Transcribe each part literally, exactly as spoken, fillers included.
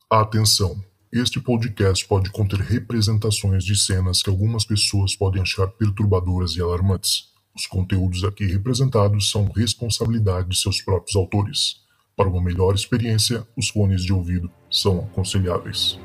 Atenção! Este podcast pode conter representações de cenas que algumas pessoas podem achar perturbadoras e alarmantes. Os conteúdos aqui representados são responsabilidade de seus próprios autores. Para uma melhor experiência, os fones de ouvido são aconselháveis.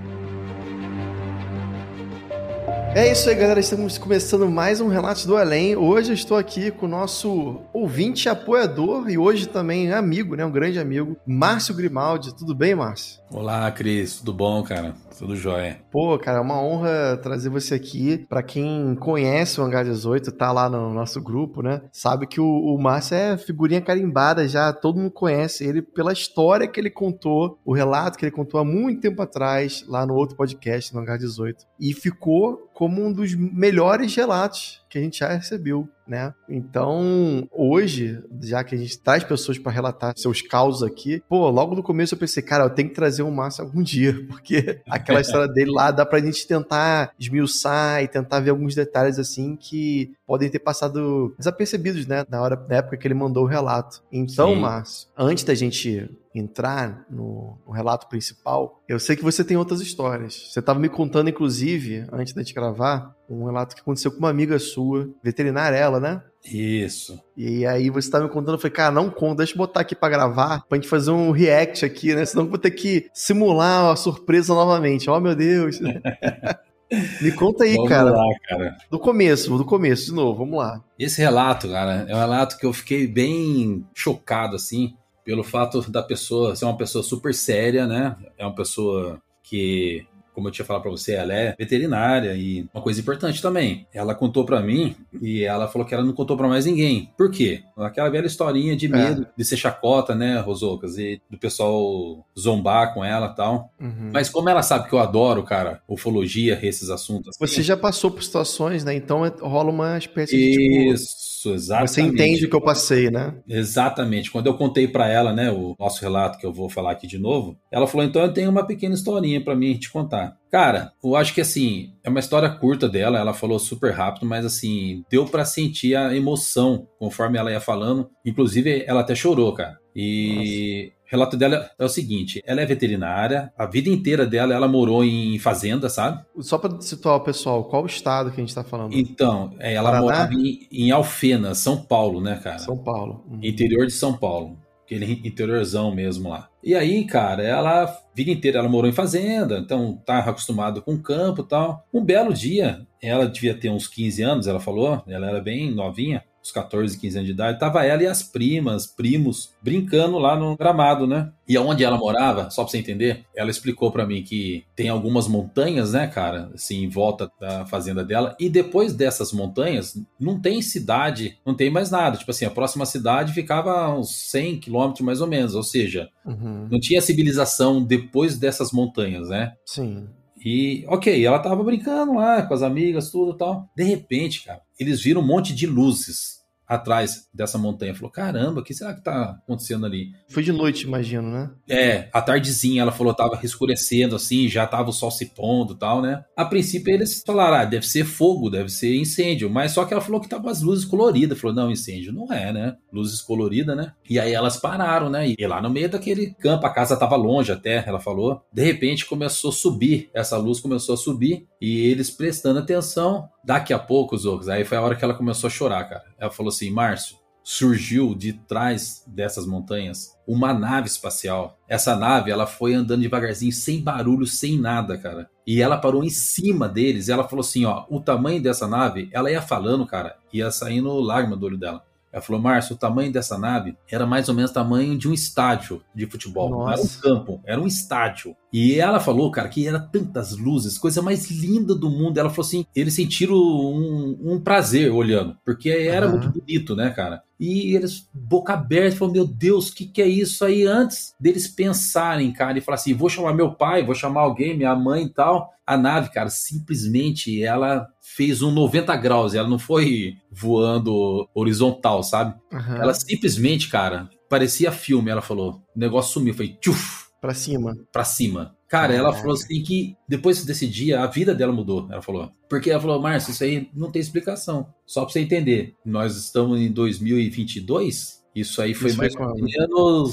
É isso aí, galera. Estamos começando mais um Relatos do Além. Hoje eu estou aqui com o nosso ouvinte apoiador e hoje também amigo, né? Um grande amigo, Márcio Grimaldi. Tudo bem, Márcio? Olá, Cris. Tudo bom, cara? Tudo jóia. Pô, cara, é uma honra trazer você aqui. Pra quem conhece o Hangar dezoito, tá lá no nosso grupo, né? Sabe que o, o Márcio é figurinha carimbada já. Todo mundo conhece ele pela história que ele contou, o relato que ele contou há muito tempo atrás, lá no outro podcast, no Hangar dezoito. E ficou como um dos melhores relatos que a gente já recebeu, né? Então, hoje, já que a gente traz pessoas para relatar seus causos aqui, pô, logo no começo eu pensei, cara, eu tenho que trazer o Márcio algum dia, porque aquela história dele lá dá pra gente tentar esmiuçar e tentar ver alguns detalhes assim que podem ter passado desapercebidos, né? Na hora, na época que ele mandou o relato. Então, Sim. Márcio, antes da gente entrar no, no relato principal, eu sei que você tem outras histórias. Você estava me contando, inclusive, antes da gente gravar, um relato que aconteceu com uma amiga sua, veterinária ela, né? Isso. E aí você estava me contando, eu falei, cara, não conta, deixa eu botar aqui pra gravar, pra gente fazer um react aqui, né? Senão eu vou ter que simular a surpresa novamente. Oh, meu Deus. Me conta aí, vamos cara. Lá, cara. Do começo, do começo, de novo, vamos lá. Esse relato, cara, é um relato que eu fiquei bem chocado, assim, pelo fato da pessoa ser uma pessoa super séria, né? É uma pessoa que, como eu tinha falado pra você, ela é veterinária e uma coisa importante também. Ela contou pra mim e ela falou que ela não contou pra mais ninguém. Por quê? Aquela velha historinha de medo é. de ser chacota, né, Rosocas? E do pessoal zombar com ela e tal. Uhum. Mas como ela sabe que eu adoro, cara, ufologia, esses assuntos. Assim, você já passou por situações, né? Então rola uma espécie de tipo... Isso, exatamente. Você entende o que eu passei, né? Exatamente. Quando eu contei pra ela, né, o nosso relato que eu vou falar aqui de novo, ela falou, então eu tenho uma pequena historinha pra mim te contar. Cara, eu acho que assim, é uma história curta dela, ela falou super rápido, mas assim, deu pra sentir a emoção conforme ela ia falando. Inclusive, ela até chorou, cara. E Nossa. O relato dela é o seguinte, ela é veterinária, a vida inteira dela ela morou em fazenda, sabe? Só pra situar o pessoal, qual o estado que a gente tá falando? Então, ela Paraná? morava em, em Alfena, São Paulo, né, cara? São Paulo. Uhum. Interior de São Paulo. Aquele interiorzão mesmo lá. E aí, cara, ela, a vida inteira ela morou em fazenda, então tá acostumado com campo e tal. Um belo dia, ela devia ter uns quinze anos, ela falou, ela era bem novinha, uns catorze, quinze anos de idade, tava ela e as primas, primos, brincando lá no gramado, né? E aonde ela morava, só pra você entender, ela explicou pra mim que tem algumas montanhas, né, cara, assim, em volta da fazenda dela, e depois dessas montanhas, não tem cidade, não tem mais nada, tipo assim, a próxima cidade ficava a uns cem quilômetros mais ou menos, ou seja, uhum. não tinha civilização depois dessas montanhas, né? Sim. E, ok, ela tava brincando lá com as amigas, tudo e tal. De repente, cara, eles viram um monte de luzes atrás dessa montanha. Falou, caramba, o que será que tá acontecendo ali? Foi de noite, imagino, né? É, à tardezinha, ela falou, tava escurecendo assim, já tava o sol se pondo e tal, né? A princípio eles falaram, ah, deve ser fogo, deve ser incêndio. Mas só que ela falou que tava as luzes coloridas. Falou, não, incêndio não é, né? Luzes coloridas, né? E aí elas pararam, né? E lá no meio daquele campo, a casa tava longe até, ela falou. De repente começou a subir, essa luz começou a subir. E eles prestando atenção. Daqui a pouco, Zocas, aí foi a hora que ela começou a chorar, cara. Ela falou assim, Márcio, surgiu de trás dessas montanhas uma nave espacial. Essa nave, ela foi andando devagarzinho, sem barulho, sem nada, cara. E ela parou em cima deles e ela falou assim, ó, o tamanho dessa nave, ela ia falando, cara, ia saindo lágrima do olho dela. Ela falou, Márcio, o tamanho dessa nave era mais ou menos o tamanho de um estádio de futebol. Nossa. Não era um campo, era um estádio. E ela falou, cara, que era tantas luzes, coisa mais linda do mundo. Ela falou assim, eles sentiram um, um prazer olhando, porque era uhum. muito bonito, né, cara? E eles, boca aberta, falaram, meu Deus, o que, que é isso aí? Antes deles pensarem, cara, e falar assim, vou chamar meu pai, vou chamar alguém, minha mãe e tal. A nave, cara, simplesmente ela fez um noventa graus, ela não foi voando horizontal, sabe? Uhum. Ela simplesmente, cara, parecia filme, ela falou. O negócio sumiu, foi tchuf! Pra cima. Pra cima. Cara, ela falou assim que depois desse dia a vida dela mudou, ela falou. Porque ela falou, Márcio, isso aí não tem explicação. Só pra você entender, nós estamos em dois mil e vinte e dois, isso aí foi isso mais foi ou menos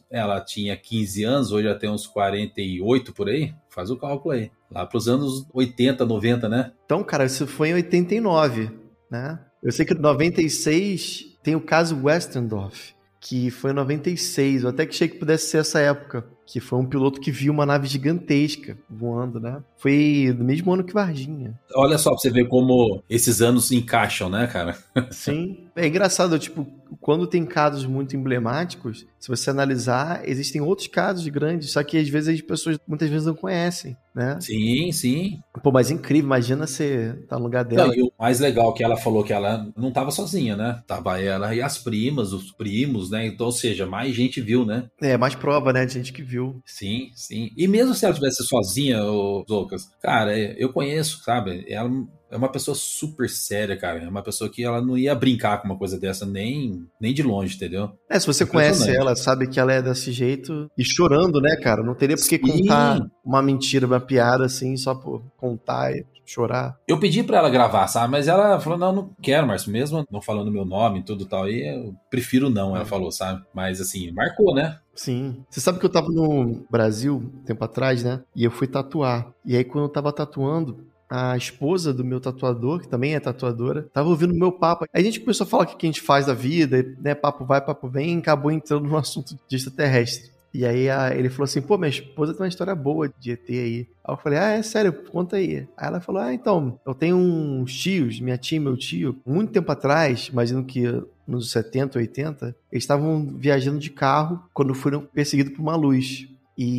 ela tinha quinze anos, hoje ela tem uns quarenta e oito por aí. Faz o cálculo aí. Lá pros anos oitenta, noventa, né? Então, cara, isso foi em oitenta e nove, né? Eu sei que em noventa e seis tem o caso Westendorf, que foi em noventa e seis. Eu até que achei que pudesse ser essa época, que foi um piloto que viu uma nave gigantesca voando, né? Foi no mesmo ano que Varginha. Olha só pra você ver como esses anos se encaixam, né, cara? Sim. É engraçado, tipo, quando tem casos muito emblemáticos, se você analisar, existem outros casos grandes, só que às vezes as pessoas muitas vezes não conhecem, né? Sim, sim. Pô, mas incrível, imagina você tá no lugar dela. Não, e o mais legal que ela falou que ela não tava sozinha, né? Tava ela e as primas, os primos, né? Então, ou seja, mais gente viu, né? É, mais prova, né, de gente que viu. Sim, sim. E mesmo se ela tivesse sozinha, ô, Zoucas, cara, eu conheço, sabe? Ela é uma pessoa super séria, cara. É uma pessoa que ela não ia brincar com uma coisa dessa nem, nem de longe, entendeu? É, se você conhece ela, sabe que ela é desse jeito e chorando, né, cara? Não teria por que contar uma mentira, uma piada assim, só por contar e chorar. Eu pedi pra ela gravar, sabe? Mas ela falou, não, não quero, Márcio, mesmo não falando meu nome e tudo e tal, aí eu prefiro não, ela falou, sabe? Mas assim, marcou, né? Sim. Você sabe que eu tava no Brasil, um tempo atrás, né? E eu fui tatuar. E aí, quando eu tava tatuando, a esposa do meu tatuador, que também é tatuadora, tava ouvindo o meu papo. Aí a gente começou a falar o que a gente faz da vida, né? Papo vai, papo vem, e acabou entrando no assunto de extraterrestre. E aí a, ele falou assim, pô, minha esposa tem uma história boa de E T aí. Aí eu falei, ah, é sério, conta aí. Aí ela falou, ah, então, eu tenho uns tios, minha tia e meu tio, muito tempo atrás, imagino que nos setenta, oitenta, eles estavam viajando de carro quando foram perseguidos por uma luz.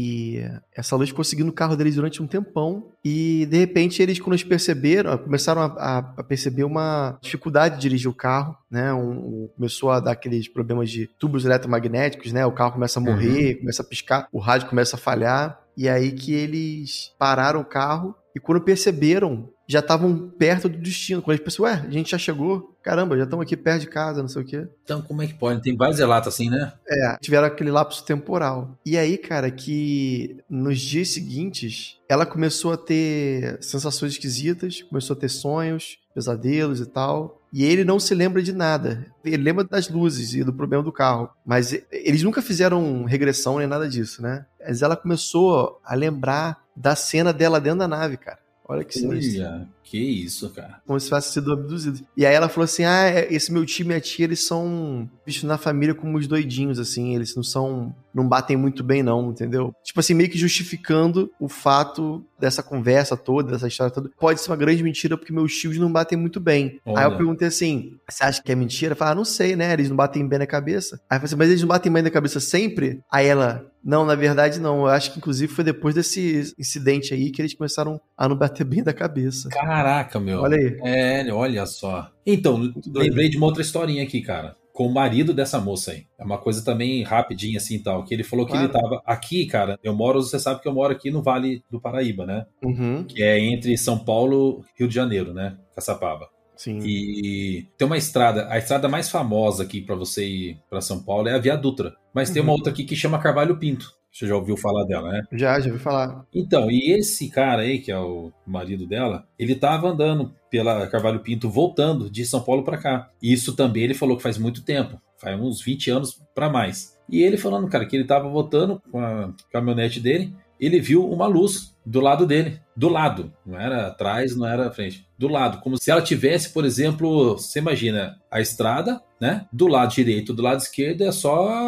E essa luz ficou seguindo o carro deles durante um tempão. E de repente eles, quando eles perceberam, começaram a, a perceber uma dificuldade de dirigir o carro, né? Um, um, começou a dar aqueles problemas de tubos eletromagnéticos, né? O carro começa a morrer, uhum. começa a piscar, o rádio começa a falhar. E aí que eles pararam o carro e quando perceberam, já estavam perto do destino. Quando eles pensaram, ué, a gente já chegou? Caramba, já estamos aqui perto de casa, não sei o quê. Então, como é que pode? Tem vários relatos assim, né? É, tiveram aquele lapso temporal. E aí, cara, que nos dias seguintes, ela começou a ter sensações esquisitas, começou a ter sonhos, pesadelos e tal. E ele não se lembra de nada. Ele lembra das luzes e do problema do carro. Mas eles nunca fizeram regressão nem nada disso, né? Mas ela começou a lembrar da cena dela dentro da nave, cara. Olha que sinistro. Olha, que isso, cara. Como se tivesse sido abduzido. E aí ela falou assim, ah, esse meu tio e minha tia, eles são vistos na família como os doidinhos, assim, eles não são, não batem muito bem não, entendeu? Tipo assim, meio que justificando o fato dessa conversa toda, dessa história toda. Pode ser uma grande mentira porque meus tios não batem muito bem. Olha. Aí eu perguntei assim, você acha que é mentira? Ela falou, ah, não sei, né, eles não batem bem na cabeça. Aí eu falei assim, mas eles não batem bem na cabeça sempre? Aí ela... Não, na verdade não. Eu acho que inclusive foi depois desse incidente aí que eles começaram a não bater bem da cabeça. Caraca, meu. Olha aí. É, olha só. Então, lembrei de uma outra historinha aqui, cara. Com o marido dessa moça aí. É uma coisa também rapidinha assim e tal. Que ele falou que claro. Ele tava aqui, cara. Eu moro, você sabe que eu moro aqui no Vale do Paraíba, né? Uhum. Que é entre São Paulo e Rio de Janeiro, né? Caçapava. Sim. E tem uma estrada, a estrada mais famosa aqui para você ir para São Paulo é a Via Dutra, mas uhum. tem uma outra aqui que chama Carvalho Pinto. Você já ouviu falar dela, né? Já, já ouvi falar. Então, e esse cara aí, que é o marido dela, ele tava andando pela Carvalho Pinto, voltando de São Paulo para cá. E isso também ele falou que faz muito tempo, faz uns vinte anos para mais. E ele falando, cara, que ele tava voltando com a caminhonete dele, ele viu uma luz do lado dele, do lado, não era atrás, não era à frente, do lado, como se ela tivesse, por exemplo, você imagina a estrada, né, do lado direito, do lado esquerdo é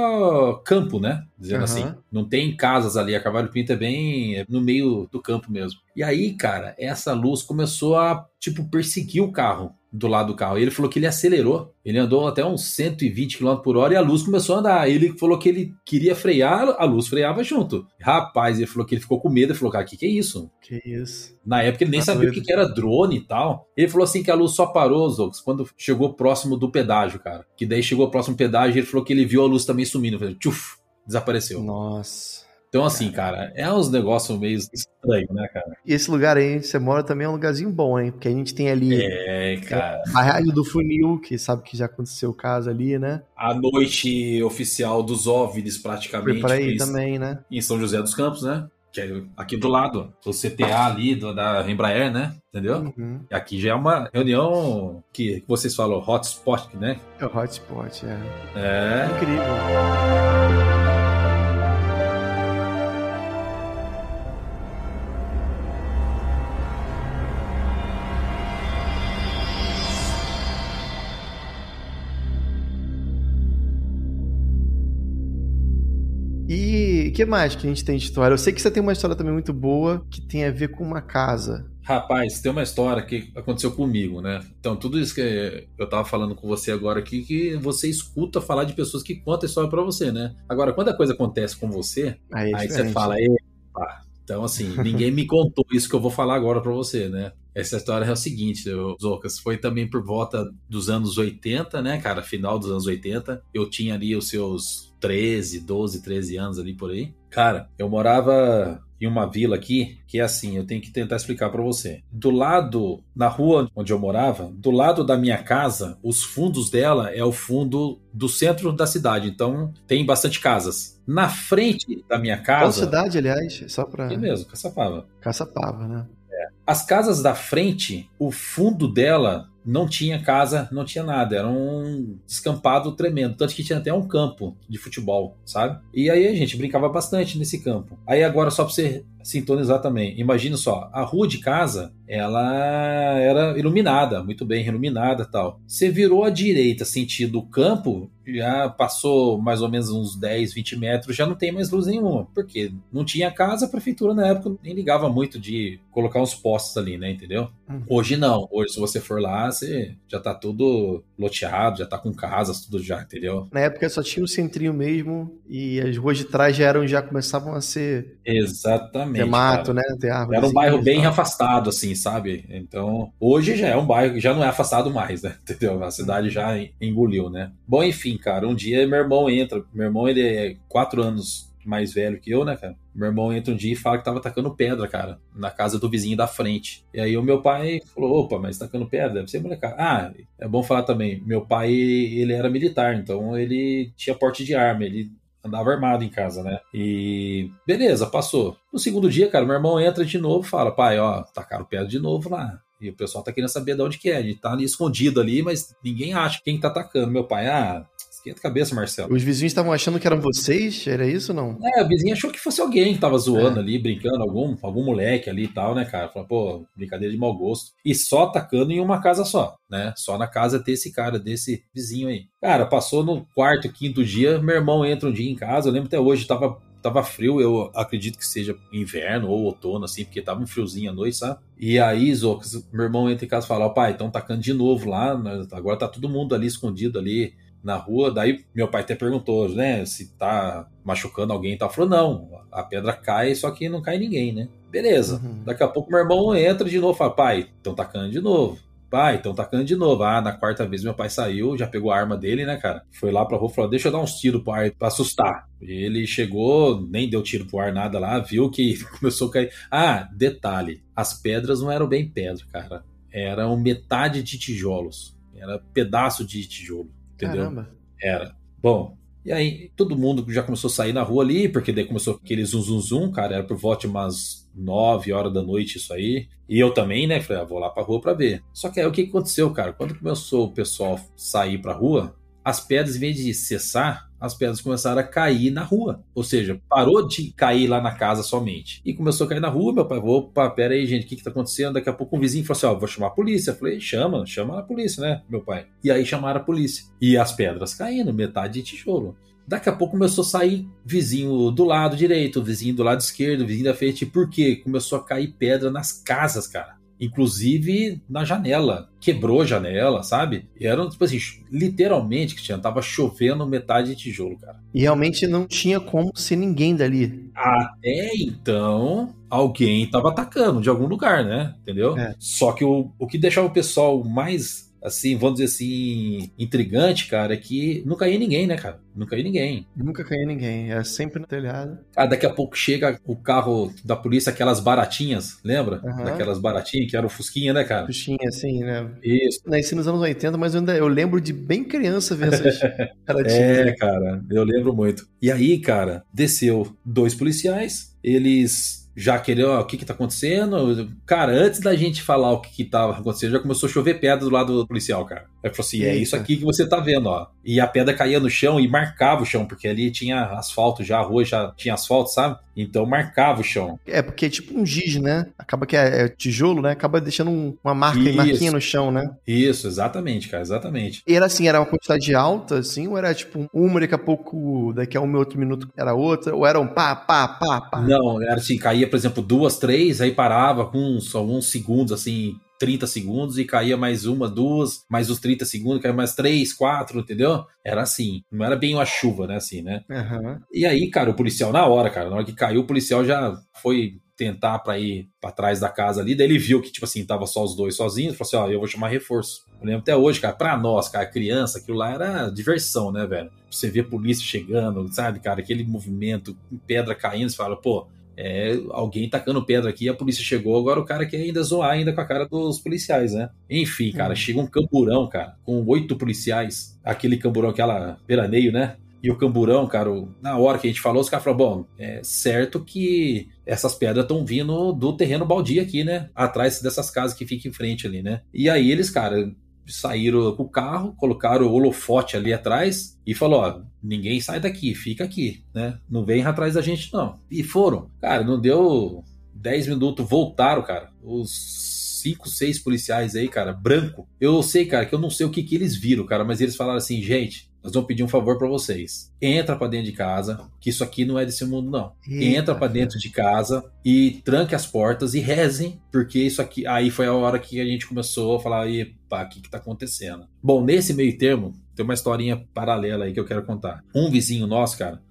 só campo, né, dizendo uhum. assim, não tem casas ali, a Carvalho Pinto é bem no meio do campo mesmo. E aí, cara, essa luz começou a, tipo, perseguir o carro, do lado do carro. Ele falou que ele acelerou. Ele andou até uns cento e vinte quilômetros por hora e a luz começou a andar. Ele falou que ele queria frear, a luz freava junto. Rapaz, ele falou que ele ficou com medo. Ele falou, cara, o que, que é isso? Que isso? Na época ele nem tá sabia doido. O que, que era drone e tal. Ele falou assim que a luz só parou, Zox, quando chegou próximo do pedágio, cara. Que daí chegou próximo do pedágio e ele falou que ele viu a luz também sumindo. Falei, tchuf, desapareceu. Nossa. Então, assim, cara, é uns negócios meio estranhos, né, cara? E esse lugar aí onde você mora também é um lugarzinho bom, hein? Porque a gente tem ali... É, cara... A Rádio do Funil, que sabe que já aconteceu o caso ali, né? A noite oficial dos OVNIs, praticamente. Foi pra aí também, né? Em São José dos Campos, né? Que é aqui do lado. O C T A ali, do, da Embraer, né? Entendeu? Uhum. E aqui já é uma reunião que, que vocês falam, hotspot, né? É o hotspot, é. É. Incrível. que mais que a gente tem de história? Eu sei que você tem uma história também muito boa que tem a ver com uma casa. Rapaz, tem uma história que aconteceu comigo, né? Então, tudo isso que eu tava falando com você agora aqui, que você escuta falar de pessoas que contam a história pra você, né? Agora, quando a coisa acontece com você, aí, é aí você fala, epa. Então, assim, ninguém me contou isso que eu vou falar agora pra você, né? Essa história é o seguinte, eu, Zocas, foi também por volta dos anos oitenta, né, cara? Final dos anos oitenta. Eu tinha ali os seus treze, doze, treze anos ali por aí. Cara, eu morava em uma vila aqui, que é assim, eu tenho que tentar explicar pra você. Do lado, na rua onde eu morava, do lado da minha casa, os fundos dela é o fundo do centro da cidade, então tem bastante casas. Na frente da minha casa... Qual cidade, aliás? Só pra... É mesmo, Caçapava. Caçapava, né? É. As casas da frente, o fundo dela não tinha casa, não tinha nada, era um descampado tremendo, tanto que tinha até um campo de futebol, sabe? E aí a gente brincava bastante nesse campo. Aí agora, só pra você sintonizar também, imagina só, a rua de casa, ela era iluminada, muito bem iluminada e tal. Você virou à direita, sentido o campo, já passou mais ou menos uns dez, vinte metros, já não tem mais luz nenhuma, porque não tinha casa, a prefeitura na época nem ligava muito de colocar uns postes ali, né, entendeu? Hum. Hoje não, hoje se você for lá, você já tá tudo loteado, já tá com casas, tudo já, entendeu? Na época só tinha o centrinho mesmo e as ruas de trás já eram, já começavam a ser... Exatamente, ter mato, cara. né? Ter árvore. Era um bairro bem afastado, assim, sabe? Então, hoje já é um bairro que já não é afastado mais, né? Entendeu? A cidade já engoliu, né? Bom, enfim, cara, um dia meu irmão entra, meu irmão ele é quatro anos mais velho que eu, né, cara? Meu irmão entra um dia e fala que tava tacando pedra, cara, na casa do vizinho da frente. E aí o meu pai falou, opa, mas tacando pedra? Deve ser molecada. Ah, é bom falar também, meu pai, ele era militar, então ele tinha porte de arma, ele andava armado em casa, né? E beleza, passou. No segundo dia, cara, meu irmão entra de novo e fala, pai, ó, tacaram pedra de novo lá. E o pessoal tá querendo saber de onde que é. Ele tá ali escondido ali, mas ninguém acha quem tá atacando. Meu pai, ah, esquenta a cabeça, Marcelo. Os vizinhos estavam achando que eram vocês? Era isso ou não? É, o vizinho achou que fosse alguém que tava zoando é. ali, brincando, algum, algum moleque ali e tal, né, cara? Falou, pô, brincadeira de mau gosto. E só atacando em uma casa só, né? Só na casa desse cara, desse vizinho aí. Cara, passou no quarto, quinto dia, meu irmão entra um dia em casa, eu lembro até hoje, tava... Tava frio, eu acredito que seja inverno ou outono, assim, porque tava um friozinho à noite, sabe? E aí, Zocas, meu irmão entra em casa e fala, ó, pai, estão tacando de novo lá, agora tá todo mundo ali escondido ali na rua. Daí meu pai até perguntou, né, se tá machucando alguém e tal. Falou, não, a pedra cai, só que não cai ninguém, né? Beleza. Uhum. Daqui a pouco meu irmão entra de novo e fala, pai, estão tacando de novo. Pai, estão tacando de novo. Ah, na quarta vez meu pai saiu, já pegou a arma dele, né, cara? Foi lá pra rua e falou, deixa eu dar uns tiros pro ar pra assustar. Ele chegou, nem deu tiro pro ar, nada lá, viu que começou a cair. Ah, detalhe, as pedras não eram bem pedra, cara. Eram metade de tijolos. Era pedaço de tijolo, entendeu? Caramba. Era. Bom, e aí todo mundo já começou a sair na rua ali, porque daí começou aquele zum zum zum, cara, era por volta de umas nove horas da noite isso aí. E eu também, né, falei, ah, vou lá pra rua pra ver. Só que aí o que aconteceu, cara? Quando começou o pessoal sair pra rua, as pedras, em vez de cessar, as pedras começaram a cair na rua. Ou seja, parou de cair lá na casa somente. E começou a cair na rua, meu pai, opa, pera aí, gente, o que que tá acontecendo? Daqui a pouco um vizinho falou assim, ó, vou chamar a polícia. Eu falei, chama, chama a polícia, né, meu pai. E aí chamaram a polícia. E as pedras caindo, metade de tijolo. Daqui a pouco começou a sair vizinho do lado direito, vizinho do lado esquerdo, vizinho da frente. Por quê? Começou a cair pedra nas casas, cara. Inclusive na janela. Quebrou a janela, sabe? E era, tipo assim, literalmente, que tinha, tava chovendo metade de tijolo, cara. E realmente não tinha como ser ninguém dali. Até então, alguém tava atacando de algum lugar, né? Entendeu? É. Só que o, o que deixava o pessoal mais... assim, vamos dizer assim, intrigante, cara, é que não caía ninguém, né, cara? Não caía ninguém. Nunca caía ninguém, é sempre no telhado. Ah, daqui a pouco chega o carro da polícia, aquelas baratinhas, lembra? Uhum. Daquelas baratinhas, que era o Fusquinha, né, cara? Fusquinha, assim, né? Isso. Nasci nos anos oitenta, mas eu, ainda, eu lembro de bem criança ver essas baratinhas. É, cara, eu lembro muito. E aí, cara, desceu dois policiais, eles... já querendo, ó, o que que tá acontecendo? Cara, antes da gente falar o que que tava acontecendo, já começou a chover pedra do lado do policial, cara. Aí falou assim, é isso aqui que você tá vendo, ó. E a pedra caía no chão e marcava o chão, porque ali tinha asfalto já, a rua já tinha asfalto, sabe? Então marcava o chão. É, porque é tipo um giz, né? Acaba que é, é tijolo, né? Acaba deixando um, uma marca, Isso. marquinha no chão, né? Isso, exatamente, cara, exatamente. E era assim, era uma quantidade alta, assim, ou era tipo uma, daqui a pouco, daqui a um outro minuto era outra, ou era um pá, pá, pá, pá? Não, era assim, caía, por exemplo, duas, três, aí parava com uns, alguns segundos, assim, trinta segundos, e caía mais uma, duas, mais os trinta segundos, caía mais três, quatro, entendeu? Era assim, não era bem uma chuva, né, assim, né? Uhum. E aí, cara, o policial, na hora, cara, na hora que caiu, o policial já foi tentar pra ir pra trás da casa ali, daí ele viu que, tipo assim, tava só os dois sozinhos, falou assim, ó, eu vou chamar reforço. Eu lembro até hoje, cara, pra nós, cara, criança, aquilo lá era diversão, né, velho? Você vê a polícia chegando, sabe, cara, aquele movimento, pedra caindo, você fala, pô, é, alguém tacando pedra aqui, a polícia chegou, agora o cara quer ainda zoar ainda com a cara dos policiais, né? Enfim, cara, hum. chega um camburão, cara, com oito policiais, aquele camburão, aquela veraneio, né? E o camburão, cara, na hora que a gente falou, os caras falaram, bom, é certo que essas pedras estão vindo do terreno baldio aqui, né? Atrás dessas casas que ficam em frente ali, né? E aí eles, cara, saíram com o carro, colocaram o holofote ali atrás e falou, ó, ninguém sai daqui, fica aqui, né? Não vem atrás da gente, não. E foram. Cara, não deu dez minutos, voltaram, cara. Os cinco, seis policiais aí, cara, branco. Eu sei, cara, que eu não sei o que que eles viram, cara, mas eles falaram assim, gente, nós vamos pedir um favor pra vocês. Entra pra dentro de casa, que isso aqui não é desse mundo, não. Eita, entra pra dentro de casa e tranque as portas e rezem, porque isso aqui... Aí foi a hora que a gente começou a falar, epa, o que que tá acontecendo? Bom, nesse meio termo, tem uma historinha paralela aí que eu quero contar. Um vizinho nosso, cara,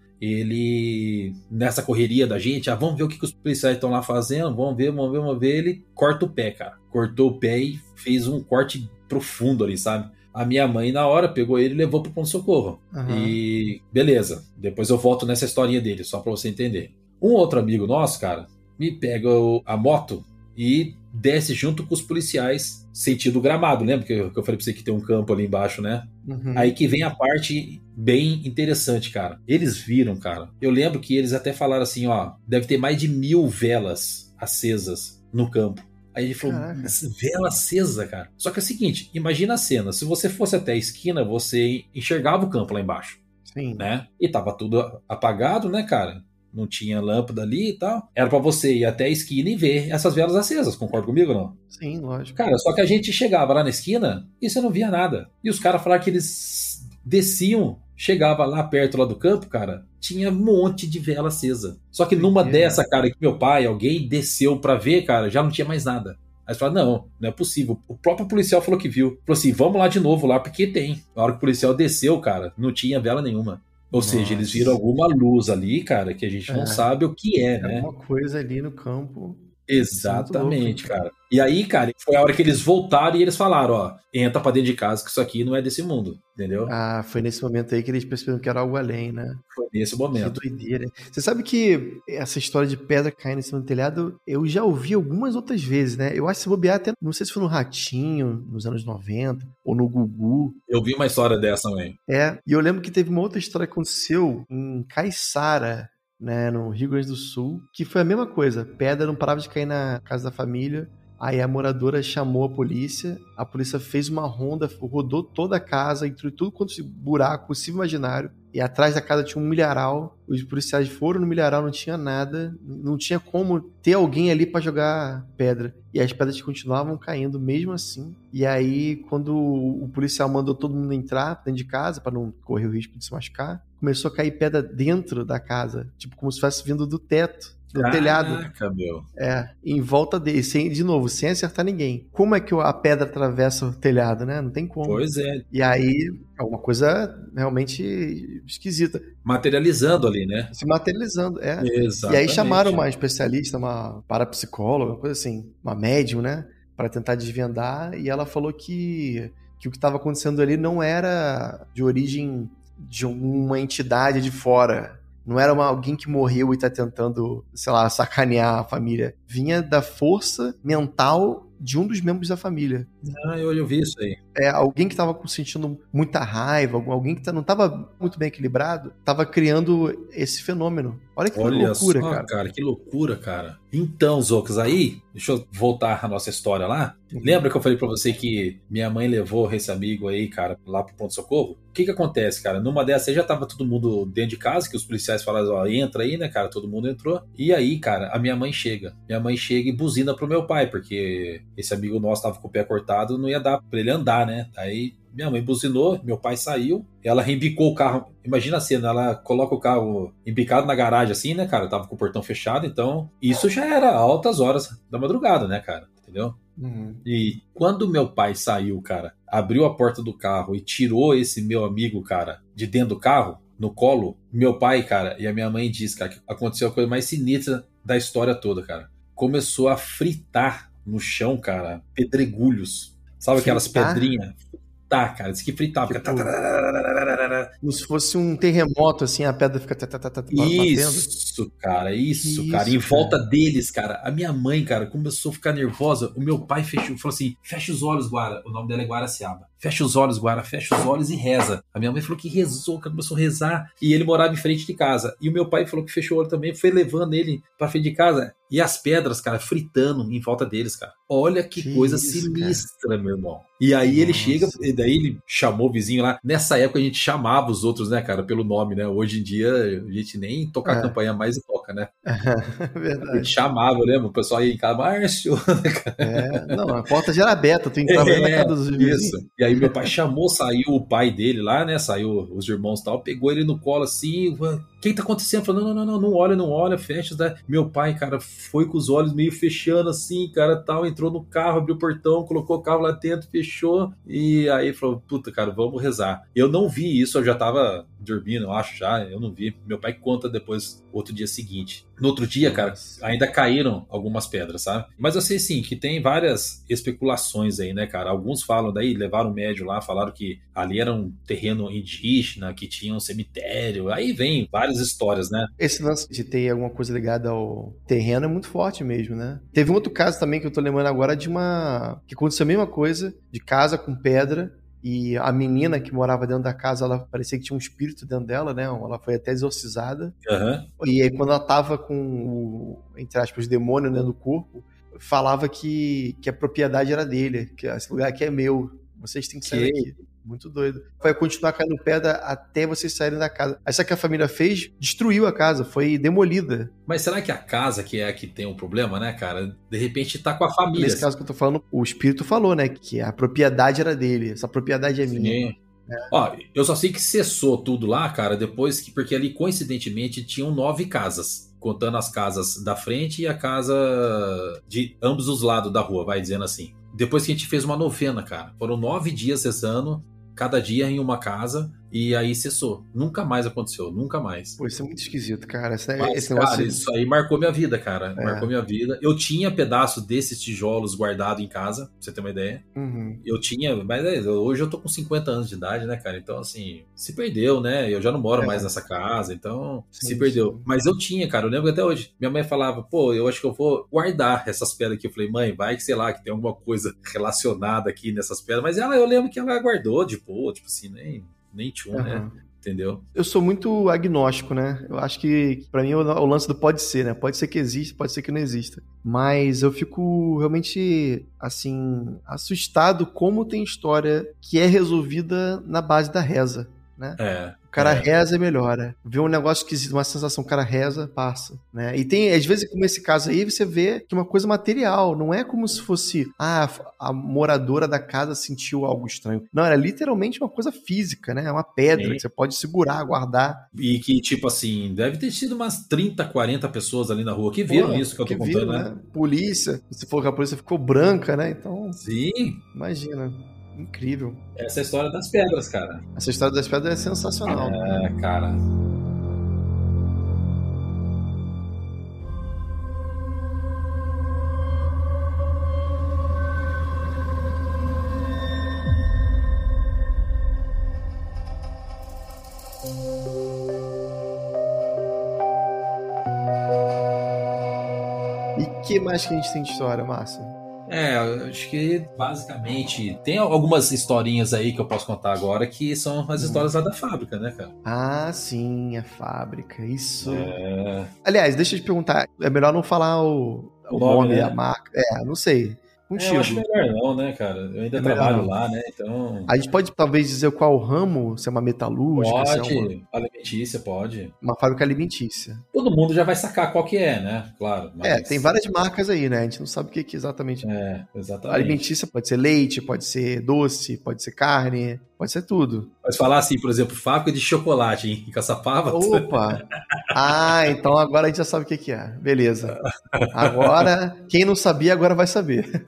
ele, nessa correria da gente, ah, vamos ver o que, que os policiais estão lá fazendo, vamos ver, vamos ver, vamos ver, ele corta o pé, cara. Cortou o pé e fez um corte profundo ali, sabe? A minha mãe, na hora, pegou ele e levou pro ponto-socorro. Uhum. E beleza, depois eu volto nessa historinha dele, só pra você entender. Um outro amigo nosso, cara, me pega a moto e desce junto com os policiais, sentido Gramado, lembra que eu, que eu falei pra você que tem um campo ali embaixo, né? Uhum. Aí que vem a parte bem interessante, cara. Eles viram, cara. Eu lembro que eles até falaram assim, ó, deve ter mais de mil velas acesas no campo. Aí ele falou, vela acesa, cara. Só que é o seguinte, imagina a cena. Se você fosse até a esquina, você enxergava o campo lá embaixo. Sim. Né? E tava tudo apagado, né, cara? Não tinha lâmpada ali e tal. Era pra você ir até a esquina e ver essas velas acesas. Concorda comigo ou não? Sim, lógico. Cara, só que a gente chegava lá na esquina e você não via nada. E os caras falaram que eles desciam, chegava lá perto lá do campo, cara, tinha um monte de vela acesa. Só que numa é. dessa, cara, que meu pai, alguém desceu pra ver, cara, já não tinha mais nada. Aí você fala, não, não é possível. O próprio policial falou que viu. Falou assim, vamos lá de novo lá, porque tem. Na hora que o policial desceu, cara, não tinha vela nenhuma. Ou Nossa. seja, eles viram alguma luz ali, cara, que a gente não é. sabe o que é, né? Alguma coisa ali no campo. Exatamente, cara. E aí, cara, foi a hora que eles voltaram e eles falaram, ó, entra pra dentro de casa que isso aqui não é desse mundo, entendeu? Ah, foi nesse momento aí que eles perceberam que era algo além, né? Foi nesse momento. Que doideira. Você sabe que essa história de pedra caindo em cima do telhado, eu já ouvi algumas outras vezes, né? Eu acho que se bobear até, não sei se foi no Ratinho, nos anos noventa, ou no Gugu. Eu vi uma história dessa também. É, e eu lembro que teve uma outra história que aconteceu em Caiçara, né, no Rio Grande do Sul, que foi a mesma coisa. Pedra não parava de cair na casa da família. Aí a moradora chamou a polícia, a polícia fez uma ronda, rodou toda a casa, entrou em tudo quanto buraco possível imaginário, e atrás da casa tinha um milharal. Os policiais foram no milharal, não tinha nada, não tinha como ter alguém ali pra jogar pedra. E as pedras continuavam caindo mesmo assim. E aí, quando o policial mandou todo mundo entrar dentro de casa, pra não correr o risco de se machucar, começou a cair pedra dentro da casa, tipo como se estivesse vindo do teto. No Caraca, telhado. Meu. É, em volta dele, sem, de novo, sem acertar ninguém. Como é que a pedra atravessa o telhado, né? Não tem como. Pois é. E aí, alguma coisa realmente esquisita. Materializando ali, né? Se materializando, é. Exatamente. E aí chamaram uma especialista, uma parapsicóloga, uma coisa assim, uma médium, né? Para tentar desvendar, e ela falou que, que o que estava acontecendo ali não era de origem de uma entidade de fora. Não era uma, alguém que morreu e tá tentando, sei lá, sacanear a família. Vinha da força mental de um dos membros da família. Ah, eu, eu vi isso aí. é, alguém que tava sentindo muita raiva, alguém que não tava muito bem equilibrado, tava criando esse fenômeno. Olha que Olha loucura, só, cara. cara, que loucura, cara. Então, Zocas, aí, deixa eu voltar à nossa história lá. Uhum. Lembra que eu falei pra você que minha mãe levou esse amigo aí, cara, lá pro ponto-socorro? O que que acontece, cara? Numa dessas aí já tava todo mundo dentro de casa, que os policiais falaram, ó, entra aí, né, cara? Todo mundo entrou. E aí, cara, a minha mãe chega. Minha mãe chega e buzina pro meu pai, porque esse amigo nosso tava com o pé cortado, não ia dar pra ele andar, né? Aí minha mãe buzinou, meu pai saiu, ela reembicou o carro. Imagina a cena, ela coloca o carro embicado na garagem assim, né, cara? Tava com o portão fechado, então isso já era altas horas da madrugada, né, cara? Entendeu? Uhum. E quando meu pai saiu, cara, abriu a porta do carro e tirou esse meu amigo, cara, de dentro do carro, no colo, meu pai, cara, e a minha mãe diz, cara, que aconteceu a coisa mais sinistra da história toda, cara. Começou a fritar no chão, cara, pedregulhos. Sabe aquelas Fritar? pedrinhas? Tá, cara, diz que fritava. Tipo, Fica... como se fosse um terremoto, assim, a pedra fica batendo. Isso, cara, isso, Que cara. isso, Em volta cara? deles, cara, a minha mãe, cara, começou a ficar nervosa. O meu pai fechou, falou assim: fecha os olhos, Guara. O nome dela é Guaraciaba. Fecha os olhos, Guara, fecha os olhos e reza. A minha mãe falou que rezou, cara, começou a rezar. E ele morava em frente de casa. E o meu pai falou que fechou o olho também, foi levando ele pra frente de casa. E as pedras, cara, fritando em volta deles, cara. Olha que, Que coisa isso, sinistra, meu irmão. E aí Nossa. ele chega, e daí ele chamou o vizinho lá. Nessa época a gente chamava os outros, né, cara, pelo nome, né? Hoje em dia a gente nem tocar É. a campainha mais e toca, né? A Verdade. gente chamava, eu lembro, o pessoal ia em casa, Márcio. É, não, a porta já era aberta, tu entrava dentro da casa dos vizinhos. Isso. E aí meu pai chamou, saiu o pai dele lá, né? Saiu os irmãos e tal, pegou ele no colo assim, o que tá acontecendo? Falou, não, não, não, não olha, não olha, fecha. Né? Meu pai, cara, foi com os olhos meio fechando assim, cara, tal, entrou no carro, abriu o portão, colocou o carro lá dentro, fechou, e aí falou, puta, cara, vamos rezar. Eu não vi isso, eu já tava dormindo, eu acho já, eu não vi. Meu pai conta depois, outro dia seguinte. No outro dia, cara, ainda caíram algumas pedras, sabe? Mas eu sei sim que tem várias especulações aí, né, cara? Alguns falam daí, levaram o médio lá, falaram que ali era um terreno indígena, que tinha um cemitério. Aí vem várias histórias, né? Esse lance de ter alguma coisa ligada ao terreno é muito forte mesmo, né? Teve um outro caso também que eu tô lembrando agora de uma... que aconteceu a mesma coisa, de casa com pedra, e a menina que morava dentro da casa, ela parecia que tinha um espírito dentro dela, né? Ela foi até exorcizada. Uhum. E aí quando ela tava com o, entre aspas, o demônio dentro do corpo, falava que, que a propriedade era dele, que esse lugar aqui é meu, vocês têm que sair Que- daqui. Muito doido. Vai continuar caindo pedra até vocês saírem da casa. Aí sabe o que a família fez? Destruiu a casa, foi demolida. Mas será que a casa que é a que tem um problema, né, cara? De repente tá com a família. Nesse caso que eu tô falando, o espírito falou, né? Que a propriedade era dele. Essa propriedade é minha. Sim. Ó, eu só sei que cessou tudo lá, cara, depois que, porque ali coincidentemente tinham nove casas, contando as casas da frente e a casa de ambos os lados da rua, vai dizendo assim. Depois que a gente fez uma novena, cara, foram nove dias rezando, cada dia em uma casa, e aí cessou. Nunca mais aconteceu, nunca mais. Pô, isso é muito esquisito, cara. Esse, Mas, esse negócio. cara, de- isso aí marcou minha vida, cara. É. Marcou minha vida. Eu tinha pedaço desses tijolos guardado em casa, pra você ter uma ideia. Uhum. Eu tinha, mas é, hoje eu tô com cinquenta anos de idade, né, cara? Então, assim, se perdeu, né? Eu já não moro É. mais nessa casa, então Sim, se perdeu. sim. Mas eu tinha, cara, eu lembro que até hoje. Minha mãe falava, pô, eu acho que eu vou guardar essas pedras aqui. Eu falei, mãe, vai que, sei lá, que tem alguma coisa relacionada aqui nessas pedras. Mas ela, eu lembro que ela guardou de boa, tipo assim, nem, nem tchum, né? Aham. Entendeu? Eu sou muito agnóstico, né? Eu acho que, pra mim, o, o lance do pode ser, né? Pode ser que exista, pode ser que não exista. Mas eu fico realmente, assim, assustado como tem história que é resolvida na base da reza, né? É. O cara é. reza e melhora. Vê um negócio esquisito, uma sensação, o cara reza, passa, né? E tem, às vezes, como esse caso aí, você vê que é uma coisa material, não é como se fosse, ah, a moradora da casa sentiu algo estranho. Não, era literalmente uma coisa física, né? É uma pedra Sim. que você pode segurar, guardar. E que, tipo assim, deve ter sido umas trinta, quarenta pessoas ali na rua que viram Pô, isso que eu tô que contando, viram, né? Polícia, se for que a polícia ficou branca, né? Então, Sim, imagina. Incrível. essa é a história das pedras, cara. Essa história das pedras é sensacional. É, cara. E o que mais que a gente tem de história, Márcio? É, eu acho que basicamente tem algumas historinhas aí que eu posso contar agora que são as histórias lá da fábrica, né, cara? Ah, sim, a fábrica, isso. É... Aliás, deixa eu te perguntar, é melhor não falar o, o, O nome, nome, né? a marca. É, não sei. É, Contigo. eu acho melhor não, né, cara? Eu ainda É melhor trabalho não. lá, né? Então. A gente pode talvez dizer qual o ramo, se é uma metalúrgica, se é uma, Pode, alimentícia, pode. uma fábrica alimentícia. Todo mundo já vai sacar qual que é, né? Claro. Mas... É, tem várias marcas aí, né? A gente não sabe o que, que exatamente. É, exatamente. Alimentícia pode ser leite, pode ser doce, pode ser carne, pode ser tudo. Mas falar assim, por exemplo, fábrica de chocolate em Caçapava. Opa! Ah, então agora a gente já sabe o que, que é. Beleza. Agora, quem não sabia, agora vai saber.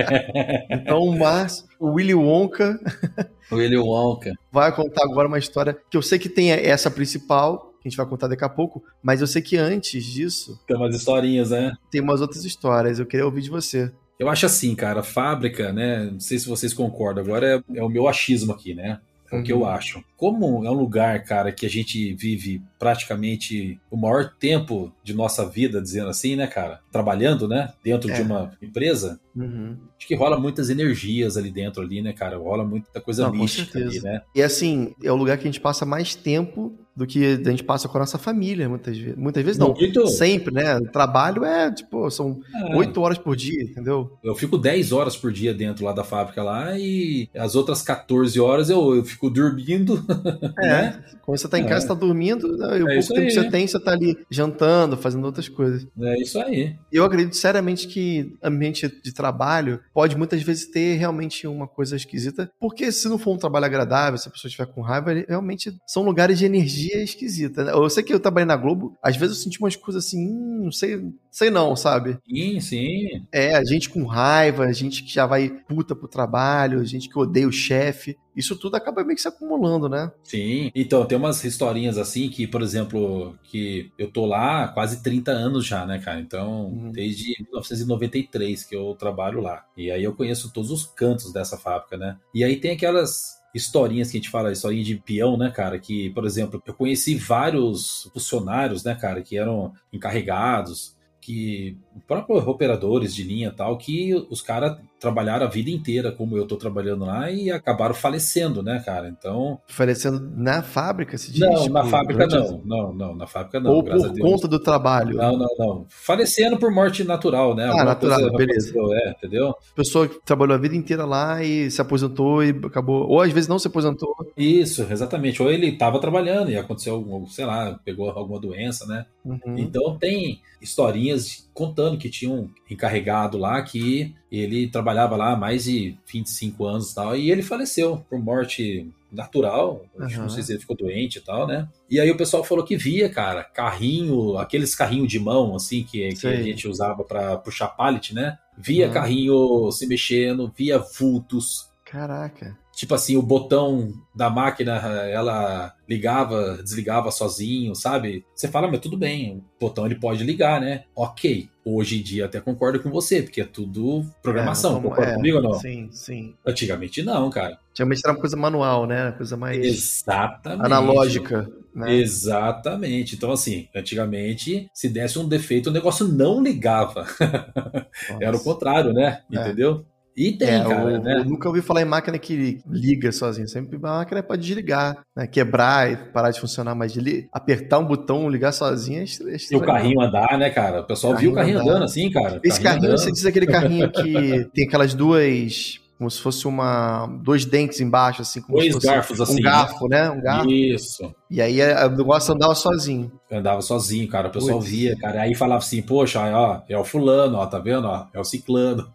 Então o Márcio, o Willy Wonka, O Willy Wonka. vai contar agora uma história que eu sei que tem essa principal, que a gente vai contar daqui a pouco, mas eu sei que antes disso Tem umas historinhas, né? tem umas outras histórias. Eu queria ouvir de você. Eu acho assim, cara, a fábrica, né? Não sei se vocês concordam, agora é, é o meu achismo aqui, né? É o que eu acho. Como é um lugar, cara, que a gente vive praticamente o maior tempo de nossa vida, dizendo assim, né, cara? Trabalhando, né? Dentro É. de uma empresa. Uhum. Acho que rola muitas energias ali dentro, ali, né, cara? Rola muita coisa Não, com mística ali, certeza. né? E assim, é o lugar que a gente passa mais tempo do que a gente passa com a nossa família, muitas vezes. Muitas vezes não, Muito. sempre, né? O trabalho é, tipo, são É. oito horas por dia, entendeu? Eu fico dez horas por dia dentro lá da fábrica lá e as outras quatorze horas eu, eu fico dormindo, né? Quando você tá em É. casa, você tá dormindo, né? E o É pouco isso tempo aí. que você tem, você tá ali jantando, fazendo outras coisas. É isso aí. Eu acredito seriamente que ambiente de trabalho pode muitas vezes ter realmente uma coisa esquisita, porque se não for um trabalho agradável, se a pessoa estiver com raiva, realmente são lugares de energia esquisita, né? Eu sei que eu trabalhei na Globo, às vezes eu senti umas coisas assim, hum, não sei, sei não, sabe? Sim, sim. É, a gente com raiva, a gente que já vai puta pro trabalho, a gente que odeia o chefe. Isso tudo acaba meio que se acumulando, né? Sim. Então, tem umas historinhas assim que, por exemplo, que eu tô lá há quase trinta anos já, né, cara? Então, Uhum. desde mil novecentos e noventa e três que eu trabalho lá. E aí eu conheço todos os cantos dessa fábrica, né? E aí tem aquelas historinhas que a gente fala, historinha de peão, né, cara? Que, por exemplo, eu conheci vários funcionários, né, cara, que eram encarregados, que próprios operadores de linha e tal, que os caras trabalharam a vida inteira como eu tô trabalhando lá e acabaram falecendo, né, cara? Então... Falecendo na fábrica, se diz? Não, tipo, na fábrica durante não. as- Não, não, na fábrica não, Ou graças a por Deus. conta do trabalho. Não, não, não. Falecendo por morte natural, né? Ah, Alguma natural, coisa beleza. aconteceu, é, entendeu? Pessoa que trabalhou a vida inteira lá e se aposentou e acabou. Ou às vezes não se aposentou. Isso, exatamente. Ou ele estava trabalhando e aconteceu algum, sei lá, pegou alguma doença, né? Uhum. Então tem historinhas contando que tinha um encarregado lá que ele trabalhava lá há mais de vinte e cinco anos e tal, e ele faleceu por morte natural. Acho que Uhum. Não sei se ele ficou doente e tal, né? E aí o pessoal falou que via, cara, carrinho, aqueles carrinhos de mão, assim, que, que a Sei. gente usava para puxar pallet, né? Via Uhum. carrinho se mexendo, via vultos. Caraca. Tipo assim, o botão da máquina, ela ligava, desligava sozinho, sabe? Você fala, mas tudo bem, o botão ele pode ligar, né? Ok. Hoje em dia até concordo com você, porque é tudo programação. É, como- Concorda é, comigo ou não? Sim, sim. Antigamente não, cara. Antigamente era uma coisa manual, né? Coisa mais Exatamente. analógica, né? Exatamente. Então, assim, antigamente, se desse um defeito, o negócio não ligava. Era o Nossa. contrário, né? É. Entendeu? E tem, É, cara, eu, né? eu nunca ouvi falar em máquina que liga sozinha. Sempre a máquina pode desligar, né? Quebrar e parar de funcionar, mas de li- apertar um botão, ligar sozinha é estra- é E o estranho. carrinho andar, né, cara? O pessoal viu o carrinho Carrinho andando andar. assim, cara. Esse carrinho, andando. você diz aquele carrinho que tem aquelas duas, como se fosse uma, dois dentes embaixo, assim, como Dois se fosse garfos, assim, um garfo, né? Um garfo. Isso. E aí é, o negócio andava sozinho. Andava sozinho, cara. O pessoal Putz. via, cara. Aí falava assim, poxa, ó, é o fulano, ó, tá vendo? Ó, é o ciclano.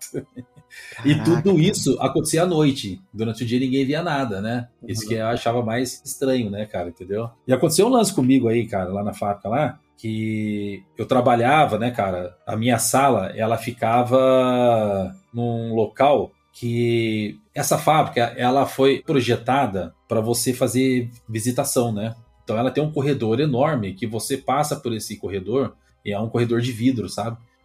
E Caraca, tudo isso acontecia à noite. Durante o dia ninguém via nada, né? Isso Uhum. que eu achava mais estranho, né, cara? Entendeu? E aconteceu um lance comigo aí, cara, lá na fábrica lá, que eu trabalhava, né, cara? A minha sala, ela ficava num local que essa fábrica, ela foi projetada para você fazer visitação, né? Então ela tem um corredor enorme que você passa por esse corredor e é um corredor de vidro, sabe?